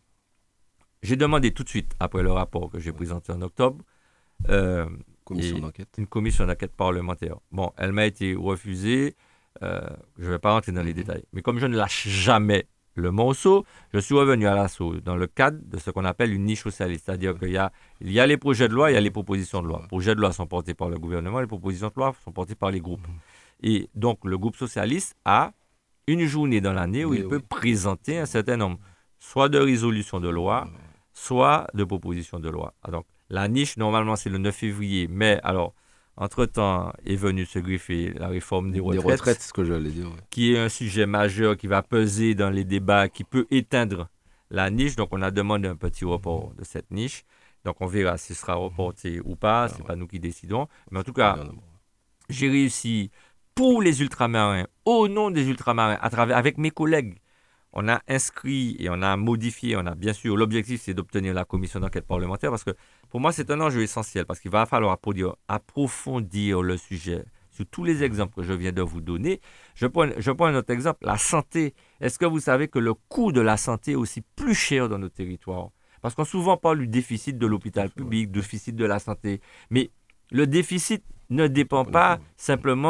[SPEAKER 3] J'ai demandé tout de suite, après le rapport que j'ai présenté en octobre, euh,
[SPEAKER 2] commission d'enquête.
[SPEAKER 3] une commission d'enquête parlementaire. Bon, elle m'a été refusée. Euh, je ne vais pas rentrer dans les mmh. détails. Mais comme je ne lâche jamais le morceau, je suis revenu à l'assaut dans le cadre de ce qu'on appelle une niche socialiste. C'est-à-dire qu'il y a, il y a les projets de loi, il y a les propositions de loi. Les projets de loi sont portés par le gouvernement, les propositions de loi sont portées par les groupes. Mmh. Et donc, le groupe socialiste a une journée dans l'année où Mais il oui. peut présenter un certain nombre, soit de résolutions de loi, soit de propositions de loi. Donc, la niche, normalement, c'est le neuf février. Mais, alors, entre-temps, est venue se greffer la réforme des retraites.
[SPEAKER 2] Des retraites, c'est ce que j'allais dire. Oui.
[SPEAKER 3] Qui est un sujet majeur qui va peser dans les débats, qui peut éteindre la niche. Donc, on a demandé un petit report de cette niche. Donc, on verra si ce sera reporté ou pas. Ce n'est ah, ouais. pas nous qui décidons. Mais en tout cas, non, non. j'ai réussi pour les ultramarins, au nom des ultramarins, à travers, avec mes collègues, on a inscrit et on a modifié, on a bien sûr, l'objectif c'est d'obtenir la commission d'enquête parlementaire parce que pour moi c'est un enjeu essentiel parce qu'il va falloir approfondir, approfondir le sujet sur tous les exemples que je viens de vous donner. Je prends, je prends un autre exemple, la santé. Est-ce que vous savez que le coût de la santé est aussi plus cher dans nos territoires? Parce qu'on souvent parle du déficit de l'hôpital public, du déficit de la santé, mais le déficit ne dépend pas simplement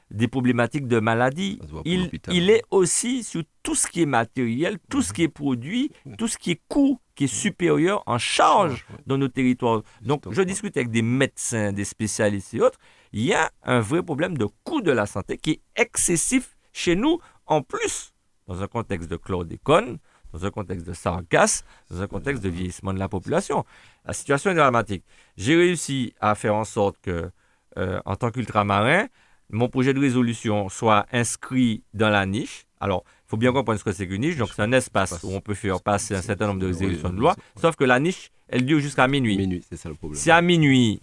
[SPEAKER 3] des problématiques de maladie. Il, il est aussi sur tout ce qui est matériel, tout ce qui est produit, tout ce qui est coût, qui est supérieur en charge dans nos territoires. Donc, je discute avec des médecins, des spécialistes et autres. Il y a un vrai problème de coût de la santé qui est excessif chez nous, en plus, dans un contexte de chlordécone, dans un contexte de sargasse, dans un contexte de vieillissement de la population. La situation est dramatique. J'ai réussi à faire en sorte que, euh, en tant qu'ultramarin, mon projet de résolution soit inscrit dans la niche. Alors, il faut bien comprendre ce que c'est qu'une niche. Donc, c'est un espace où on peut faire passer un certain nombre de résolutions de loi. Sauf que la niche, elle dure jusqu'à minuit.
[SPEAKER 2] Minuit, c'est ça le problème.
[SPEAKER 3] Si à minuit,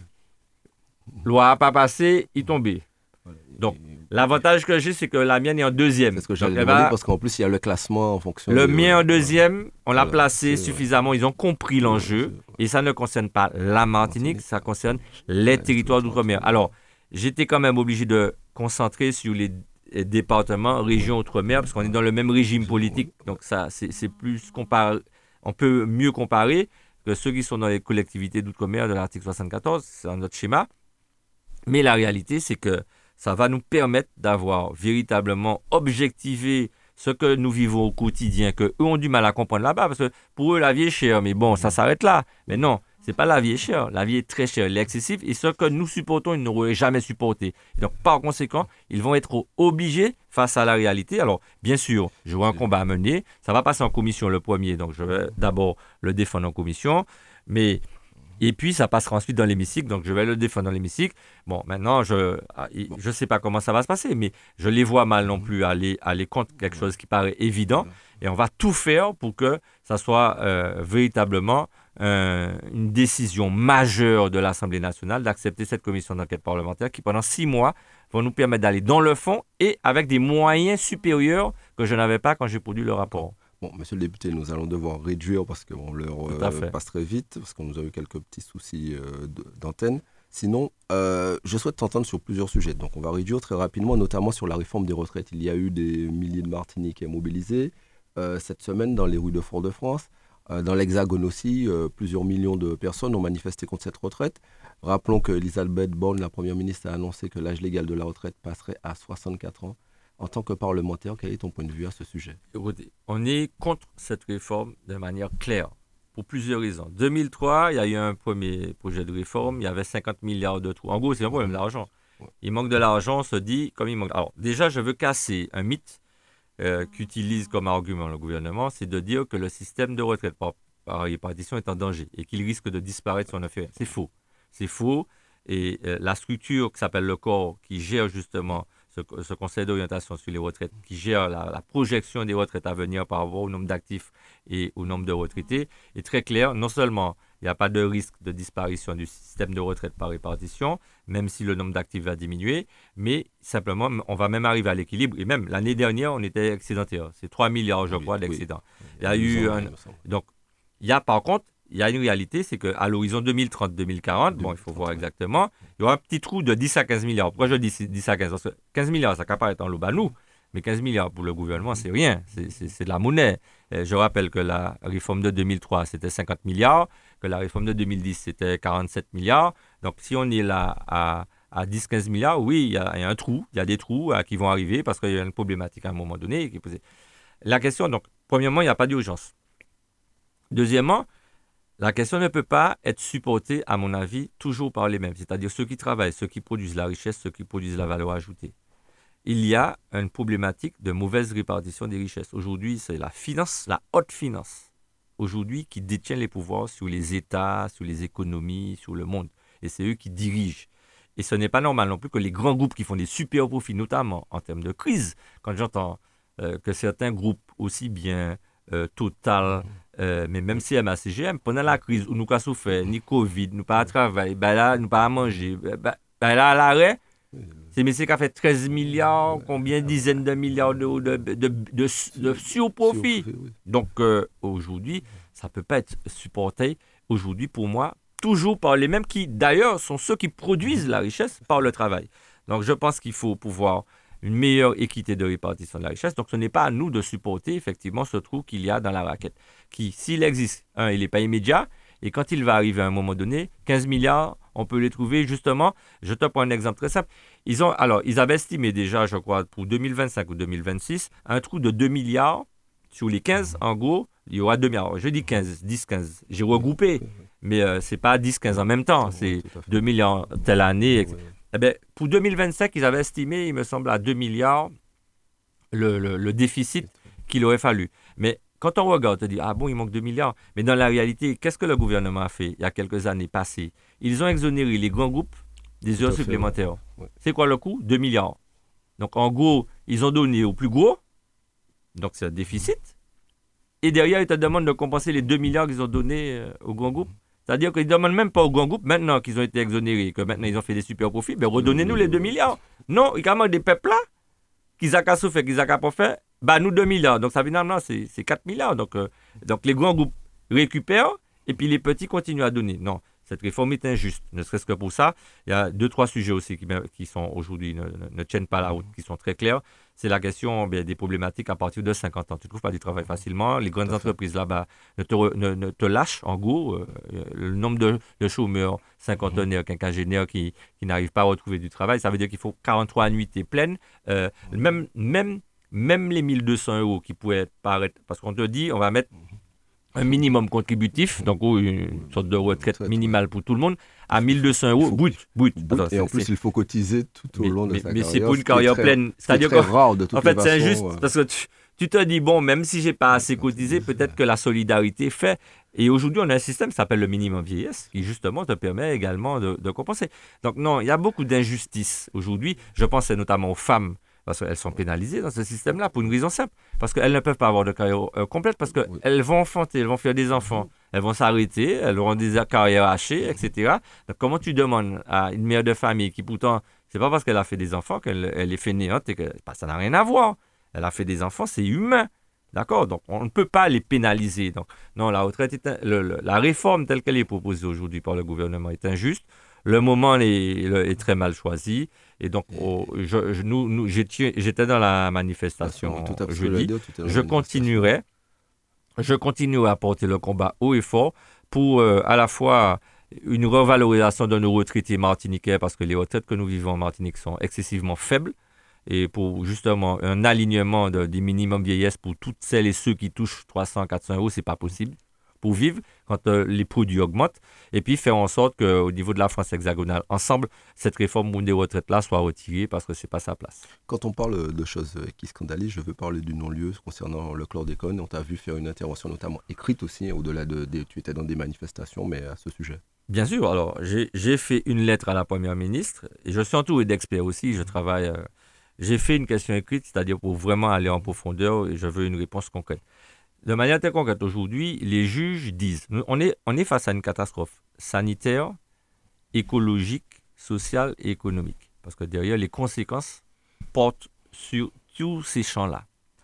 [SPEAKER 3] loi n'a pas passé, il tombait. Donc, l'avantage que j'ai, c'est que la mienne est en deuxième.
[SPEAKER 2] C'est ce que j'allais demander, va... parce qu'en plus, il y a le classement en fonction...
[SPEAKER 3] Le
[SPEAKER 2] de...
[SPEAKER 3] mien en deuxième, on l'a voilà, placé suffisamment. Ils ont compris l'enjeu. Et ça ne concerne pas la Martinique, ça concerne les territoires d'outre-mer. Alors, j'étais quand même obligé de concentrer sur les départements, régions outre-mer, parce qu'on est dans le même régime politique. Donc, ça, c'est, c'est plus comparé. On peut mieux comparer que ceux qui sont dans les collectivités d'outre-mer de l'article soixante-quatorze. C'est dans notre schéma. Mais la réalité, c'est que ça va nous permettre d'avoir véritablement objectivé ce que nous vivons au quotidien, qu'eux ont du mal à comprendre là-bas, parce que pour eux, la vie est chère, mais bon, ça s'arrête là. Mais non, c'est pas la vie est chère, la vie est très chère, elle est excessive, et ce que nous supportons, ils n'auraient jamais supporté. Et donc, par conséquent, ils vont être obligés face à la réalité. Alors, bien sûr, j'aurai un combat à mener, ça va passer en commission le premier, donc je vais d'abord le défendre en commission, mais... Et puis, ça passera ensuite dans l'hémicycle, donc je vais le défendre dans l'hémicycle. Bon, maintenant, je ne sais pas comment ça va se passer, mais je les vois mal non plus aller, aller contre quelque chose qui paraît évident. Et on va tout faire pour que ça soit euh, véritablement euh, une décision majeure de l'Assemblée nationale d'accepter cette commission d'enquête parlementaire qui, pendant six mois, va nous permettre d'aller dans le fond et avec des moyens supérieurs que je n'avais pas quand j'ai produit le rapport.
[SPEAKER 2] Bon, monsieur le député, nous allons devoir réduire parce qu'on l'heure euh, passe très vite, parce qu'on nous a eu quelques petits soucis euh, d'antenne. Sinon, euh, je souhaite t'entendre sur plusieurs sujets. Donc, on va réduire très rapidement, notamment sur la réforme des retraites. Il y a eu des milliers de Martiniquais mobilisés euh, cette semaine dans les rues de Fort-de-France. Euh, dans l'Hexagone aussi, euh, plusieurs millions de personnes ont manifesté contre cette retraite. Rappelons que Elisabeth Borne, la première ministre, a annoncé que l'âge légal de la retraite passerait à soixante-quatre ans. En tant que parlementaire, quel est ton point de vue à ce sujet ?
[SPEAKER 3] Écoutez, on est contre cette réforme de manière claire, pour plusieurs raisons. deux mille trois, il y a eu un premier projet de réforme, il y avait cinquante milliards de trous. En gros, c'est un problème d'argent. Il manque de l'argent, on se dit, comme il manque... Alors, déjà, je veux casser un mythe euh, qu'utilise comme argument le gouvernement, c'est de dire que le système de retraite par, par répartition est en danger et qu'il risque de disparaître si on ne fait rien. C'est faux. C'est faux. Et euh, la structure qui s'appelle le corps, qui gère justement ce, ce conseil d'orientation sur les retraites, qui gère la, la projection des retraites à venir par rapport au nombre d'actifs et au nombre de retraités, est très clair. Non seulement il n'y a pas de risque de disparition du système de retraite par répartition, même si le nombre d'actifs va diminuer, mais simplement, on va même arriver à l'équilibre. Et même, l'année dernière, on était excédentaire. C'est trois milliards, je crois, oui, d'excédent. Oui. Il y a eu un... Donc, il y a par contre, il y a une réalité, c'est qu'à l'horizon deux mille trente deux mille quarante, bon, il faut voir exactement, il y aura un petit trou de dix à quinze milliards. Pourquoi je dis dix à quinze ? Parce que quinze milliards, ça peut paraître en l'aube à nous, mais quinze milliards pour le gouvernement, c'est rien. C'est, c'est, c'est de la monnaie. Et je rappelle que la réforme de deux mille trois, c'était cinquante milliards, que la réforme de deux mille dix, c'était quarante-sept milliards. Donc, si on est là à, à dix à quinze milliards, oui, il y, a, il y a un trou, il y a des trous euh, qui vont arriver parce qu'il y a une problématique à un moment donné. Qui est posée. La question, donc, premièrement, il n'y a pas d'urgence. Deuxièmement, la question ne peut pas être supportée, à mon avis, toujours par les mêmes, c'est-à-dire ceux qui travaillent, ceux qui produisent la richesse, ceux qui produisent la valeur ajoutée. Il y a une problématique de mauvaise répartition des richesses. Aujourd'hui, c'est la finance, la haute finance, aujourd'hui, qui détient les pouvoirs sur les États, sur les économies, sur le monde. Et c'est eux qui dirigent. Et ce n'est pas normal non plus que les grands groupes qui font des super profits, notamment en termes de crise, quand j'entends euh, que certains groupes, aussi bien euh, Total, Euh, mais même si M A C G M, pendant la crise où nous avons souffert, ni Covid, nous pas à travailler, ben là, nous pas à manger, ben, ben là, à l'arrêt, c'est M. qui a fait treize milliards, combien de dizaines de milliards d'euros de, de, de, de, de surprofit. Donc, euh, aujourd'hui, ça ne peut pas être supporté, aujourd'hui, pour moi, toujours par les mêmes qui, d'ailleurs, sont ceux qui produisent la richesse par le travail. Donc, je pense qu'il faut pouvoir une meilleure équité de répartition de la richesse. Donc, ce n'est pas à nous de supporter, effectivement, ce trou qu'il y a dans la raquette, qui, s'il existe, un, il n'est pas immédiat, et quand il va arriver à un moment donné, quinze milliards, on peut les trouver, justement, je te prends un exemple très simple, Ils ont, alors, ils avaient estimé déjà, je crois, pour deux mille vingt-cinq ou deux mille vingt-six, un trou de deux milliards sur les quinze, en gros, il y aura deux milliards. Je dis quinze, dix, quinze. J'ai regroupé, mais euh, ce n'est pas dix, quinze en même temps. C'est deux milliards telle année. Et cetera. Eh bien, pour deux mille vingt-cinq, ils avaient estimé, il me semble, à deux milliards le, le, le déficit qu'il aurait fallu. Mais quand on regarde, on dit, ah bon, il manque deux milliards. Mais dans la réalité, qu'est-ce que le gouvernement a fait il y a quelques années passées? Ils ont exonéré les grands groupes des heures supplémentaires. Ouais. Ouais. C'est quoi le coût? deux milliards. Donc, en gros, ils ont donné aux plus gros. Donc, c'est un déficit. Et derrière, ils te demandent de compenser les deux milliards qu'ils ont donnés euh, aux grands groupes. C'est-à-dire qu'ils ne demandent même pas aux grands groupes, maintenant qu'ils ont été exonérés, que maintenant ils ont fait des super profits, ben redonnez-nous les deux milliards. Non, il y a quand même des peuples là, qui n'ont pas souffert, qui n'ont pas fait, ben nous deux milliards. Donc, ça finalement, c'est, c'est quatre milliards. Donc, euh, donc, les grands groupes récupèrent et puis les petits continuent à donner. Non. Cette réforme est injuste, ne serait-ce que pour ça. Il y a deux, trois sujets aussi qui, qui sont aujourd'hui ne, ne, ne tiennent pas la route, qui sont très clairs. C'est la question bien, des problématiques à partir de cinquante ans. Tu ne trouves pas du travail facilement. Les grandes entreprises là-bas ne te, re, ne, ne te lâchent, en gros. Euh, le nombre de, de chômeurs, cinquantenaires, quinquagénaires qui, qui n'arrivent pas à retrouver du travail, ça veut dire qu'il faut quarante-trois annuités pleines. Euh, même, même, même les mille deux cents euros qui pouvaient paraître, parce qu'on te dit, on va mettre un minimum contributif, donc une sorte de retraite minimale pour tout le monde, à mille deux cents euros, brut. brut.
[SPEAKER 2] Attends, et en plus, c'est... il faut cotiser tout au
[SPEAKER 3] mais,
[SPEAKER 2] long de
[SPEAKER 3] mais,
[SPEAKER 2] sa
[SPEAKER 3] mais
[SPEAKER 2] carrière.
[SPEAKER 3] Mais c'est pour une carrière
[SPEAKER 2] très,
[SPEAKER 3] pleine.
[SPEAKER 2] C'est-à-dire très rare de toutes
[SPEAKER 3] En fait,
[SPEAKER 2] les
[SPEAKER 3] c'est
[SPEAKER 2] façons,
[SPEAKER 3] injuste,
[SPEAKER 2] ouais.
[SPEAKER 3] parce que tu, tu te dis, bon, même si je n'ai pas assez cotisé, peut-être que la solidarité fait. Et aujourd'hui, on a un système qui s'appelle le minimum vieillesse, qui justement te permet également de, de compenser. Donc non, il y a beaucoup d'injustices aujourd'hui. Je pense notamment aux femmes, parce qu'elles sont pénalisées dans ce système-là pour une raison simple. Parce qu'elles ne peuvent pas avoir de carrière euh, complète, parce qu'elles oui. vont enfanter, elles vont faire des enfants, elles vont s'arrêter, elles auront des carrières hachées, et cetera. Donc comment tu demandes à une mère de famille qui pourtant, c'est pas parce qu'elle a fait des enfants qu'elle elle est fainéante et que bah, ça n'a rien à voir. Elle a fait des enfants, c'est humain. D'accord? Donc on ne peut pas les pénaliser. Donc non, la retraite est un, le, le, la réforme telle qu'elle est proposée aujourd'hui par le gouvernement est injuste. Le moment est, est très mal choisi. Et donc, oh, je, je, nous, nous, j'étais, j'étais dans la manifestation
[SPEAKER 2] tout à fait
[SPEAKER 3] jeudi.
[SPEAKER 2] Dire, tout à
[SPEAKER 3] je continuerai, je continuerai à porter le combat haut et fort pour euh, à la fois une revalorisation de nos retraités martiniquais, parce que les retraites que nous vivons en Martinique sont excessivement faibles, et pour justement un alignement de, des minimums vieillesse pour toutes celles et ceux qui touchent trois cents, quatre cents euros, c'est pas possible pour vivre quand euh, les produits augmentent, et puis faire en sorte qu'au niveau de la France hexagonale, ensemble, cette réforme des retraites-là soit retirée parce que ce n'est pas sa place.
[SPEAKER 2] Quand on parle de choses qui scandalisent, je veux parler du non-lieu concernant le chlordécone. On t'a vu faire une intervention notamment écrite aussi, au-delà de, de... Tu étais dans des manifestations, mais à ce sujet.
[SPEAKER 3] Bien sûr. Alors, j'ai, j'ai fait une lettre à la Première ministre, et je suis entouré d'experts aussi, je travaille... Euh, j'ai fait une question écrite, c'est-à-dire pour vraiment aller en profondeur, et je veux une réponse concrète. De manière très concrète, aujourd'hui, les juges disent, on est, on est face à une catastrophe sanitaire, écologique, sociale et économique. Parce que derrière, les conséquences portent sur tous ces champs-là.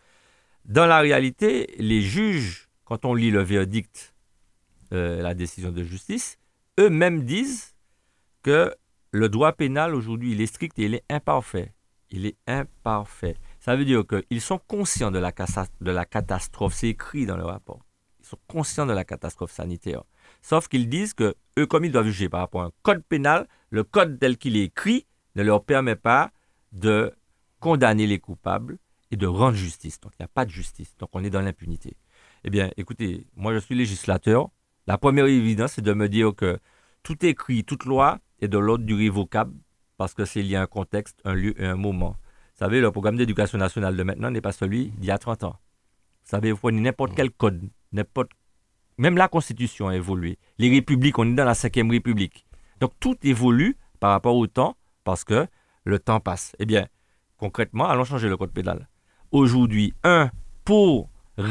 [SPEAKER 3] Dans la réalité, les juges, quand on lit le verdict, euh, la décision de justice, eux-mêmes disent que le droit pénal, aujourd'hui, il est strict et il est imparfait. Il est imparfait. Ça veut dire qu'ils sont conscients de la, de la catastrophe. C'est écrit dans le rapport. Ils sont conscients de la catastrophe sanitaire. Sauf qu'ils disent que eux, comme ils doivent juger par rapport à un code pénal, le code tel qu'il est écrit ne leur permet pas de condamner les coupables et de rendre justice. Donc, il n'y a pas de justice. Donc, on est dans l'impunité. Eh bien, écoutez, moi, je suis législateur. La première évidence, c'est de me dire que tout écrit, toute loi est de l'ordre du révocable parce que c'est lié à un contexte, un lieu et un moment. Vous savez, le programme d'éducation nationale de maintenant n'est pas celui d'il y a trente ans. Vous savez, vous prenez n'importe quel code, n'importe... même la Constitution a évolué. Les républiques, on est dans la cinquième République. Donc, tout évolue par rapport au temps parce que le temps passe. Eh bien, concrètement, allons changer le code pénal. Aujourd'hui, un, pour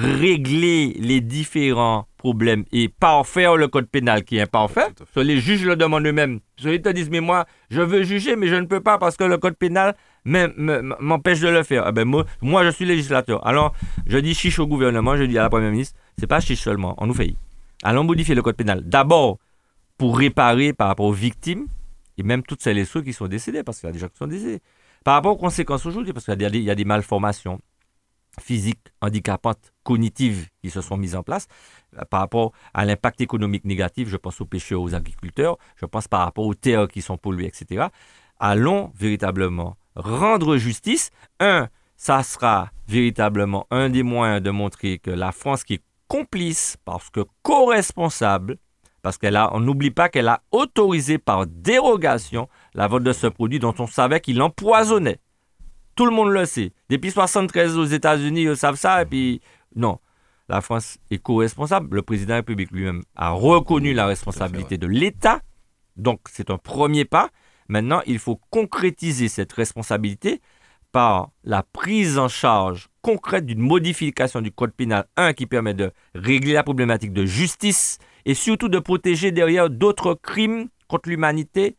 [SPEAKER 3] régler les différents problèmes et parfaire le code pénal qui est imparfait, parce que les juges le demandent eux-mêmes. Ils te disent, mais moi, je veux juger, mais je ne peux pas parce que le code pénal m'empêche de le faire. Eh ben, moi, moi, je suis législateur. Alors, je dis chiche au gouvernement, je dis à la Première ministre, c'est pas chiche seulement, on nous fait. Allons modifier le code pénal. D'abord, pour réparer par rapport aux victimes, et même toutes celles et ceux qui sont décédés, parce qu'il y a des gens qui sont décédés. Par rapport aux conséquences aujourd'hui, parce qu'il y a des, il y a des malformations physiques, handicapantes, cognitives qui se sont mises en place, par rapport à l'impact économique négatif, je pense aux pêcheurs, aux agriculteurs, je pense par rapport aux terres qui sont polluées, et cetera. allons véritablement rendre justice. Un, ça sera véritablement un des moyens de montrer que la France qui est complice parce que co-responsable, parce qu'elle a, on n'oublie pas qu'elle a autorisé par dérogation la vente de ce produit dont on savait qu'il empoisonnait. Tout le monde le sait. Depuis soixante-treize aux États-Unis, ils savent ça, et puis non. La France est co-responsable. Le président de la République lui-même a reconnu la responsabilité de l'État. Donc, c'est un premier pas. Maintenant, il faut concrétiser cette responsabilité par la prise en charge concrète d'une modification du code pénal, un qui permet de régler la problématique de justice et surtout de protéger derrière d'autres crimes contre l'humanité,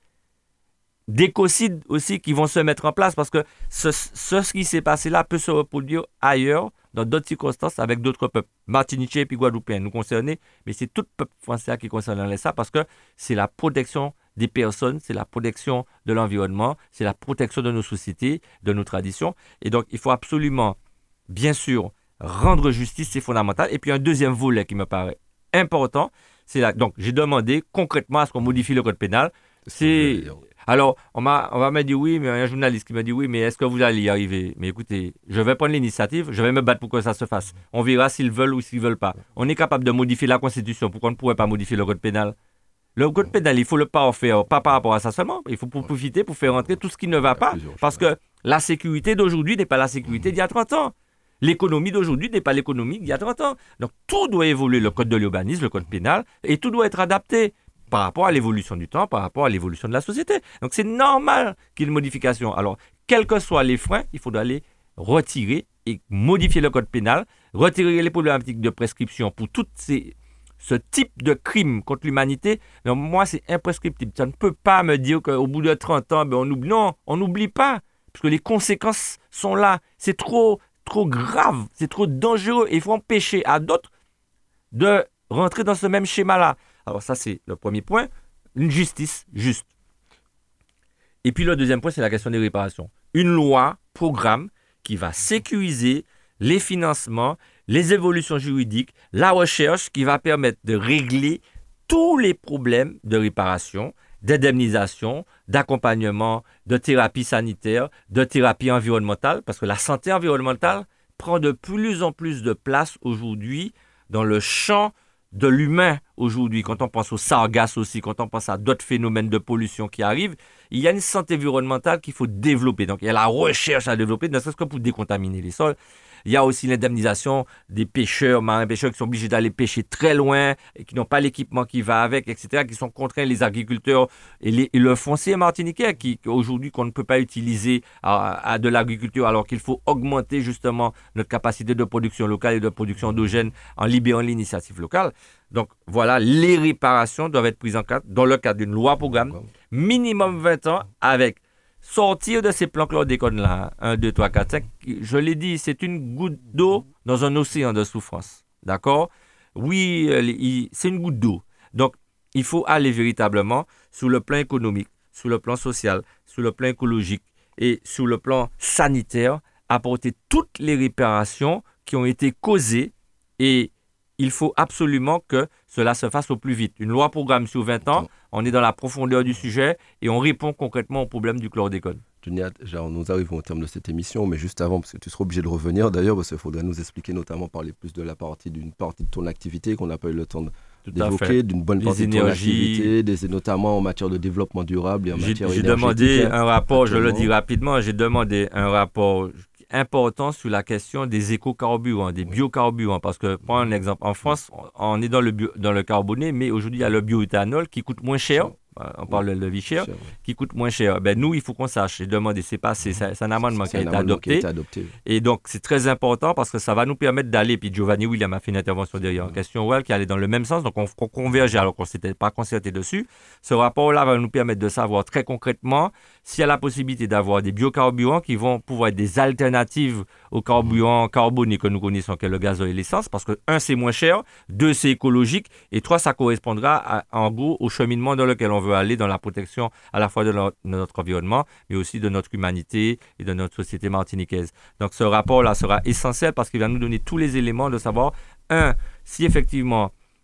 [SPEAKER 3] d'écocides aussi qui vont se mettre en place parce que ce, ce qui s'est passé là peut se reproduire ailleurs, dans d'autres circonstances, avec d'autres peuples. Martiniquais et puis Guadeloupéens nous concernés, mais c'est tout le peuple français qui concerne ça parce que c'est la protection des personnes, c'est la protection de l'environnement, c'est la protection de nos sociétés, de nos traditions. Et donc, il faut absolument, bien sûr, rendre justice, c'est fondamental. Et puis, un deuxième volet qui me paraît important, c'est là. Donc, j'ai demandé concrètement à ce qu'on modifie le code pénal. C'est... Alors, on, m'a, on va me dire oui, mais un journaliste qui m'a dit oui, mais est-ce que vous allez y arriver? Mais écoutez, je vais prendre l'initiative, je vais me battre pour que ça se fasse. On verra s'ils veulent ou s'ils ne veulent pas. On est capable de modifier la Constitution. Pourquoi on ne pourrait pas modifier le code pénal? Le code pénal, il ne faut le pas en faire, pas par rapport à ça seulement. Il faut pour profiter pour faire rentrer tout ce qui ne va pas. Parce que la sécurité d'aujourd'hui n'est pas la sécurité d'il y a trente ans. L'économie d'aujourd'hui n'est pas l'économie d'il y a trente ans. Donc, tout doit évoluer, le code de l'urbanisme, le code pénal, et tout doit être adapté par rapport à l'évolution du temps, par rapport à l'évolution de la société. Donc, c'est normal qu'il y ait une modification. Alors, quels que soient les freins, il faudra les retirer et modifier le code pénal, retirer les problématiques de prescription pour toutes ces, ce type de crime contre l'humanité. Donc, moi, c'est imprescriptible. Ça ne peut pas me dire qu'au bout de trente ans, ben, on oublie. Non, on n'oublie pas, parce que les conséquences sont là. C'est trop, trop grave, c'est trop dangereux. Et il faut empêcher à d'autres de rentrer dans ce même schéma-là. Alors ça, c'est le premier point, une justice juste. Et puis le deuxième point, c'est la question des réparations. Une loi, programme, qui va sécuriser les financements, les évolutions juridiques, la recherche, qui va permettre de régler tous les problèmes de réparation, d'indemnisation, d'accompagnement, de thérapie sanitaire, de thérapie environnementale, parce que la santé environnementale prend de plus en plus de place aujourd'hui dans le champ de l'humain aujourd'hui. Quand on pense aux sargasses aussi, quand on pense à d'autres phénomènes de pollution qui arrivent, il y a une santé environnementale qu'il faut développer. Donc, il y a la recherche à développer, ne serait-ce que pour décontaminer les sols. Il y a aussi l'indemnisation des pêcheurs, marins-pêcheurs qui sont obligés d'aller pêcher très loin et qui n'ont pas l'équipement qui va avec, et cetera, qui sont contraints, les agriculteurs et, les, et le foncier martiniquais qui, aujourd'hui, qu'on ne peut pas utiliser à, à de l'agriculture alors qu'il faut augmenter justement notre capacité de production locale et de production endogène en libérant l'initiative locale. Donc, voilà, les réparations doivent être prises en compte dans le cadre d'une loi programme, minimum vingt ans, avec sortir de ces plans chlordécone-là, un, deux, trois, quatre, cinq, je l'ai dit, c'est une goutte d'eau dans un océan de souffrance. D'accord? Oui, c'est une goutte d'eau. Donc, il faut aller véritablement sur le plan économique, sur le plan social, sur le plan écologique et sur le plan sanitaire, apporter toutes les réparations qui ont été causées et il faut absolument que cela se fasse au plus vite. Une loi programme sur vingt ans, on est dans la profondeur du sujet et on répond concrètement au problème du chlordécone.
[SPEAKER 2] Juniat, nous arrivons au terme de cette émission, mais juste avant, parce que tu seras obligé de revenir d'ailleurs, parce qu'il faudrait nous expliquer, notamment parler plus de la partie d'une partie de ton activité qu'on n'a pas eu le temps de, d'évoquer, d'une bonne
[SPEAKER 3] les
[SPEAKER 2] partie
[SPEAKER 3] énergies,
[SPEAKER 2] de ton activité, des, notamment en matière de développement durable et en
[SPEAKER 3] j'ai,
[SPEAKER 2] matière
[SPEAKER 3] j'ai
[SPEAKER 2] énergétique.
[SPEAKER 3] J'ai demandé un rapport, je le dis rapidement, j'ai demandé un rapport important sur la question des écocarburants, des biocarburants, parce que, prends un exemple, en France, on est dans le, bio, dans le carboné, mais aujourd'hui, il y a le bioéthanol qui coûte moins cher. On parle de vie chère, qui coûte moins cher. Ben, nous, il faut qu'on sache. J'ai demandé, c'est pas, c'est, c'est un amendement qui a été adopté. adopté. Et donc, c'est très important parce que ça va nous permettre d'aller. Puis Giovanni William a fait une intervention derrière en question orale qui allait dans le même sens. Donc, on, on convergeait alors qu'on ne s'était pas concerté dessus. Ce rapport-là va nous permettre de savoir très concrètement s'il y a la possibilité d'avoir des biocarburants qui vont pouvoir être des alternatives aux carburants carbonés que nous connaissons, que le gazole et l'essence. Parce que, un, c'est moins cher. Deux, c'est écologique. Et trois, ça correspondra à, en gros au cheminement dans lequel on veut aller dans la protection à la fois de notre, de notre environnement, mais aussi de notre humanité et de notre société martiniquaise. Donc ce rapport-là sera essentiel parce qu'il va nous donner tous les éléments de savoir, un, si effectivement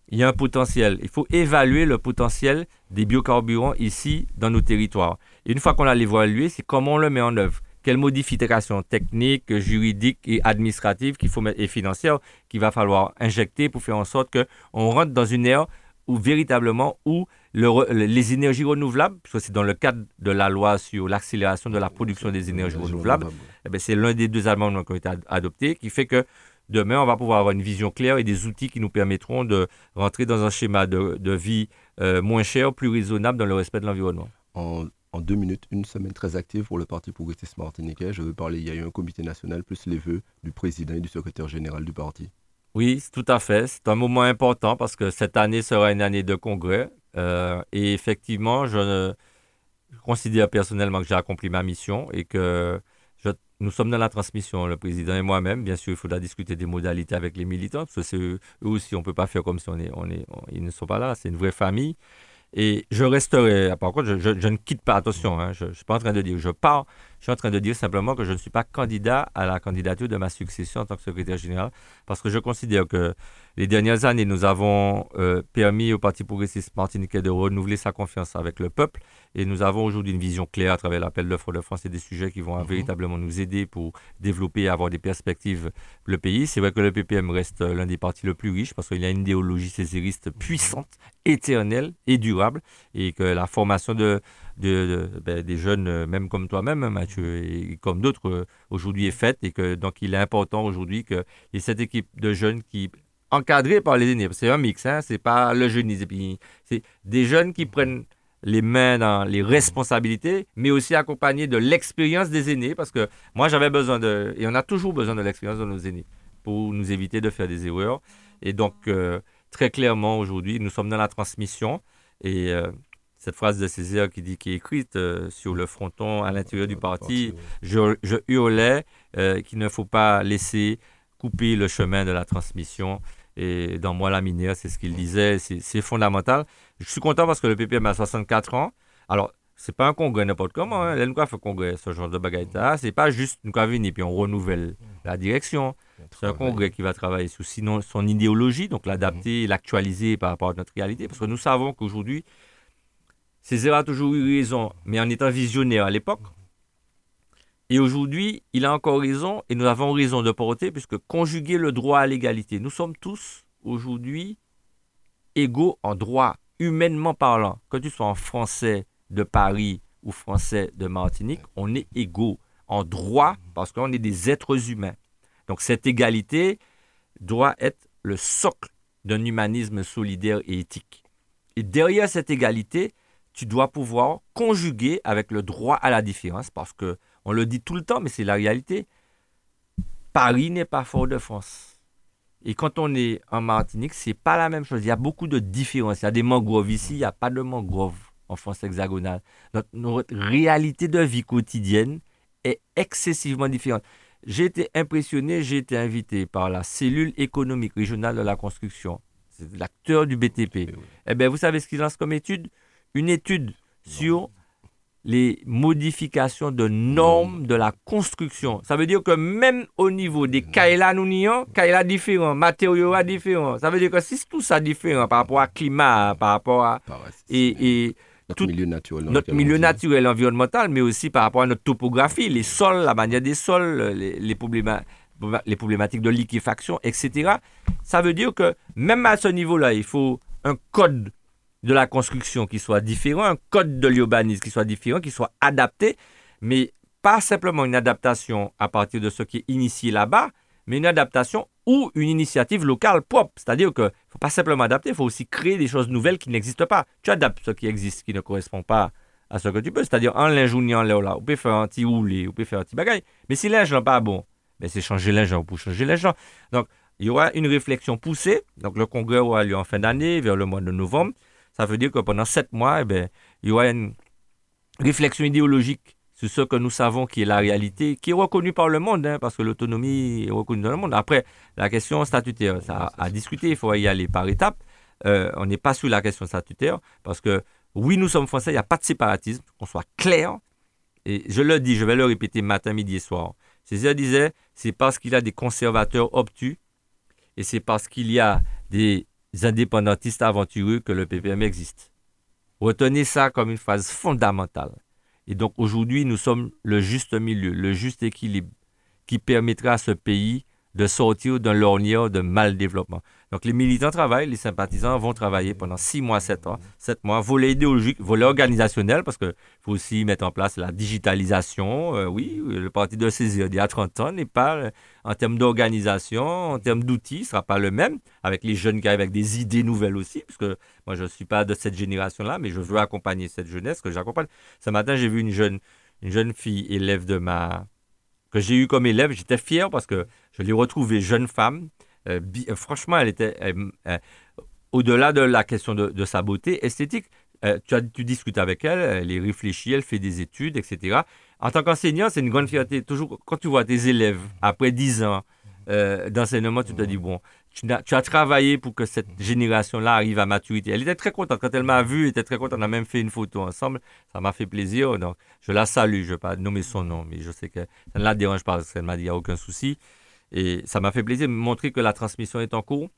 [SPEAKER 3] il y a un potentiel. Il faut évaluer le potentiel des biocarburants ici dans nos territoires. Et une fois qu'on l'a évalué, c'est comment on le met en œuvre. Quelles modifications techniques, juridiques et administratives qu'il faut mettre, et financières qu'il va falloir injecter pour faire en sorte qu'on rentre dans une ère où véritablement où le, les énergies renouvelables, parce que c'est dans le cadre de la loi sur l'accélération de la production des énergies renouvelables, eh bien, c'est l'un des deux amendements qui ont été adoptés, qui fait que demain, on va pouvoir avoir une vision claire et des outils qui nous permettront de rentrer dans un schéma de, de vie euh, moins cher, plus raisonnable dans le respect de l'environnement.
[SPEAKER 2] En, en deux minutes, une semaine très active pour le Parti progressiste martiniquais. Je veux parler, il y a eu un comité national plus les vœux du président et du secrétaire général du parti.
[SPEAKER 3] Oui, tout à fait. C'est un moment important parce que cette année sera une année de congrès. Euh, et effectivement, je, je considère personnellement que j'ai accompli ma mission et que je, nous sommes dans la transmission, le président et moi-même. Bien sûr, il faudra discuter des modalités avec les militants, parce que c'est eux, eux aussi, on ne peut pas faire comme si on est, on est, on, ils ne sont pas là. C'est une vraie famille. Et je resterai, par contre, je, je, je ne quitte pas, attention, hein, je ne suis pas en train de dire que je pars, je suis en train de dire simplement que je ne suis pas candidat à la candidature de ma succession en tant que secrétaire général, parce que je considère que les dernières années, nous avons euh, permis au Parti progressiste martiniquais de renouveler sa confiance avec le peuple, et nous avons aujourd'hui une vision claire à travers l'appel d'offres de France et des sujets qui vont mmh. véritablement nous aider pour développer et avoir des perspectives le pays. C'est vrai que le P P M reste l'un des partis les plus riches, parce qu'il a une idéologie césariste puissante, éternelle et durable, et que la formation de, de, de, ben, des jeunes, même comme toi-même, Mathieu, et comme d'autres, euh, aujourd'hui est faite, et que donc il est important aujourd'hui qu'il y ait cette équipe de jeunes qui, encadrés par les aînés, c'est un mix, hein, c'est pas le jeunisme, c'est des jeunes qui prennent les mains dans les responsabilités, mais aussi accompagnés de l'expérience des aînés, parce que moi j'avais besoin de, et on a toujours besoin de l'expérience de nos aînés, pour nous éviter de faire des erreurs, et donc euh, très clairement aujourd'hui, nous sommes dans la transmission, et euh, cette phrase de Césaire qui dit, qui est écrite euh, sur le fronton à l'intérieur du parti, je, je hurlais euh, qu'il ne faut pas laisser couper le chemin de la transmission. Et dans Moi la minière, c'est ce qu'il disait, c'est, c'est fondamental. Je suis content parce que le P P M a soixante-quatre ans. Alors, c'est pas un congrès n'importe comment. Hein. Là, nous avons fait un congrès, ce genre de bagaille. C'est pas juste nous avons venir puis on renouvelle la direction. C'est un congrès qui va travailler sur sinon, son idéologie, donc l'adapter, l'actualiser par rapport à notre réalité. Parce que nous savons qu'aujourd'hui, Césaire a toujours eu raison, mais en étant visionnaire à l'époque. Et aujourd'hui, il a encore raison, et nous avons raison de porter, puisque conjuguer le droit à l'égalité, nous sommes tous aujourd'hui égaux en droit, humainement parlant. Que tu sois en français de Paris ou français de Martinique, on est égaux en droit, parce qu'on est des êtres humains. Donc cette égalité doit être le socle d'un humanisme solidaire et éthique. Et derrière cette égalité, tu dois pouvoir conjuguer avec le droit à la différence, parce que on le dit tout le temps, mais c'est la réalité. Paris n'est pas Fort-de-France. Et quand on est en Martinique, c'est pas la même chose. Il y a beaucoup de différences. Il y a des mangroves ici, il n'y a pas de mangroves en France hexagonale. Notre, notre réalité de vie quotidienne est excessivement différente. J'ai été impressionné, j'ai été invité par la cellule économique régionale de la construction. C'est l'acteur du B T P. Oui. Eh bien, vous savez ce qu'ils lancent comme étude? Une étude sur les modifications de normes de la construction. Ça veut dire que même au niveau des caïlas nous nions, caïlas différents, matériaux différents. Ça veut dire que si tout ça différent par rapport au climat, par rapport à et, et
[SPEAKER 2] notre, tout, milieu, naturel,
[SPEAKER 3] notre milieu naturel, environnemental, mais aussi par rapport à notre topographie, les sols, la manière des sols, les, les, probléma- les problématiques de liquéfaction, et cetera. Ça veut dire que même à ce niveau-là, il faut un code de la construction qui soit différent, un code de l'urbanisme qui soit différent, qui soit adapté, mais pas simplement une adaptation à partir de ce qui est initié là-bas, mais une adaptation ou une initiative locale propre. C'est-à-dire qu'il ne faut pas simplement adapter, il faut aussi créer des choses nouvelles qui n'existent pas. Tu adaptes ce qui existe, qui ne correspond pas à ce que tu peux. C'est-à-dire en linge ou en l'air là, on peut faire un petit roulé, on peut faire un petit bagaille. Mais si linge n'est pas bon, ben c'est changer linge pour changer linge. Donc, il y aura une réflexion poussée. Donc, le congrès aura lieu en fin d'année, vers le mois de novembre. Ça veut dire que pendant sept mois, eh bien, il y aura une réflexion idéologique sur ce que nous savons qui est la réalité, qui est reconnue par le monde, hein, parce que l'autonomie est reconnue dans le monde. Après, la question statutaire, ça a à discuter, il faut y aller par étapes. Euh, on n'est pas sur la question statutaire, parce que oui, nous sommes français, il n'y a pas de séparatisme, qu'on soit clair. Et je le dis, je vais le répéter matin, midi et soir. Césaire disait, c'est parce qu'il y a des conservateurs obtus, et c'est parce qu'il y a des indépendantistes aventureux que le P P M existe. Retenez ça comme une phrase fondamentale. Et donc aujourd'hui, nous sommes le juste milieu, le juste équilibre qui permettra à ce pays de sortir d'un l'ornière de mal développement. Donc les militants travaillent, les sympathisants vont travailler pendant six mois, sept ans, sept mois, volet idéologique, volet organisationnel, parce qu'il faut aussi mettre en place la digitalisation. Euh, oui, le parti de saisir d'il y a trente ans n'est pas, euh, en termes d'organisation, en termes d'outils, ce ne sera pas le même, avec les jeunes qui arrivent avec des idées nouvelles aussi, parce que moi je ne suis pas de cette génération-là, mais je veux accompagner cette jeunesse que j'accompagne. Ce matin, j'ai vu une jeune, une jeune fille élève de ma... que j'ai eu comme élève, j'étais fier parce que je l'ai retrouvée jeune femme. Euh, bi, euh, franchement, elle était, euh, euh, au-delà de la question de, de sa beauté esthétique, euh, tu, as, tu discutes avec elle, elle est réfléchie, elle fait des études, et cetera. En tant qu'enseignant, c'est une grande fierté. Toujours, quand tu vois tes élèves, après dix ans euh, d'enseignement, tu te dis, bon, tu as, tu as travaillé pour que cette génération-là arrive à maturité. Elle était très contente. Quand elle m'a vu, elle était très contente. On a même fait une photo ensemble. Ça m'a fait plaisir. Donc, je la salue. Je ne vais pas nommer son nom, mais je sais que ça ne la dérange pas parce qu'elle m'a dit, il n'y a aucun souci. Et ça m'a fait plaisir de montrer que la transmission est en cours.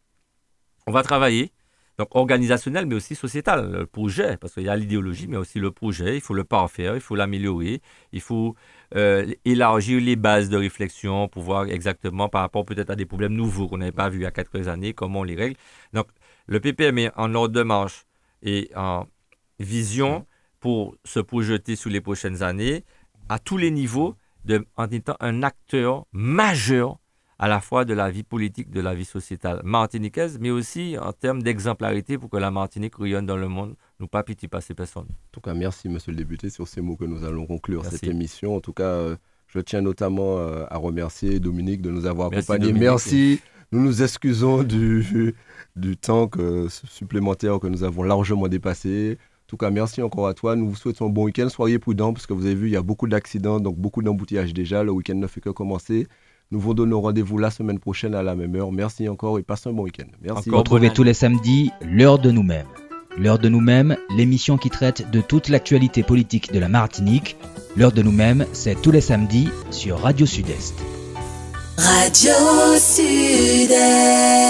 [SPEAKER 3] On va travailler. Donc, organisationnel, mais aussi sociétal. Le projet, parce qu'il y a l'idéologie, mais aussi le projet. Il faut le parfaire, il faut l'améliorer. Il faut euh, élargir les bases de réflexion pour voir exactement par rapport peut-être à des problèmes nouveaux qu'on n'avait pas vus il y a quelques années, comment on les règle. Donc, le P P M est en ordre de marche et en vision pour se projeter sur les prochaines années à tous les niveaux de, en étant un acteur majeur à la fois de la vie politique, de la vie sociétale martiniquaise, mais aussi en termes d'exemplarité pour que la Martinique rayonne dans le monde, nous pas pitié pas ces personnes.
[SPEAKER 2] En tout cas, merci Monsieur le député sur ces mots que nous allons conclure
[SPEAKER 3] merci.
[SPEAKER 2] Cette émission. En tout cas, euh, je tiens notamment euh, à remercier Dominique de nous avoir
[SPEAKER 3] merci
[SPEAKER 2] accompagnés.
[SPEAKER 3] Dominique.
[SPEAKER 2] Merci. Nous nous excusons du, du temps que, supplémentaire que nous avons largement dépassé. En tout cas, merci encore à toi. Nous vous souhaitons un bon week-end. Soyez prudents parce que vous avez vu, il y a beaucoup d'accidents, donc beaucoup d'embouteillages déjà. Le week-end ne fait que commencer. Nous vous donnons rendez-vous la semaine prochaine à la même heure. Merci encore et passez un bon week-end. Merci.
[SPEAKER 1] Retrouvez tous les samedis l'heure de nous-mêmes. L'heure de nous-mêmes, l'émission qui traite de toute l'actualité politique de la Martinique. L'heure de nous-mêmes, c'est tous les samedis sur Radio Sud-Est.
[SPEAKER 4] Radio Sud-Est.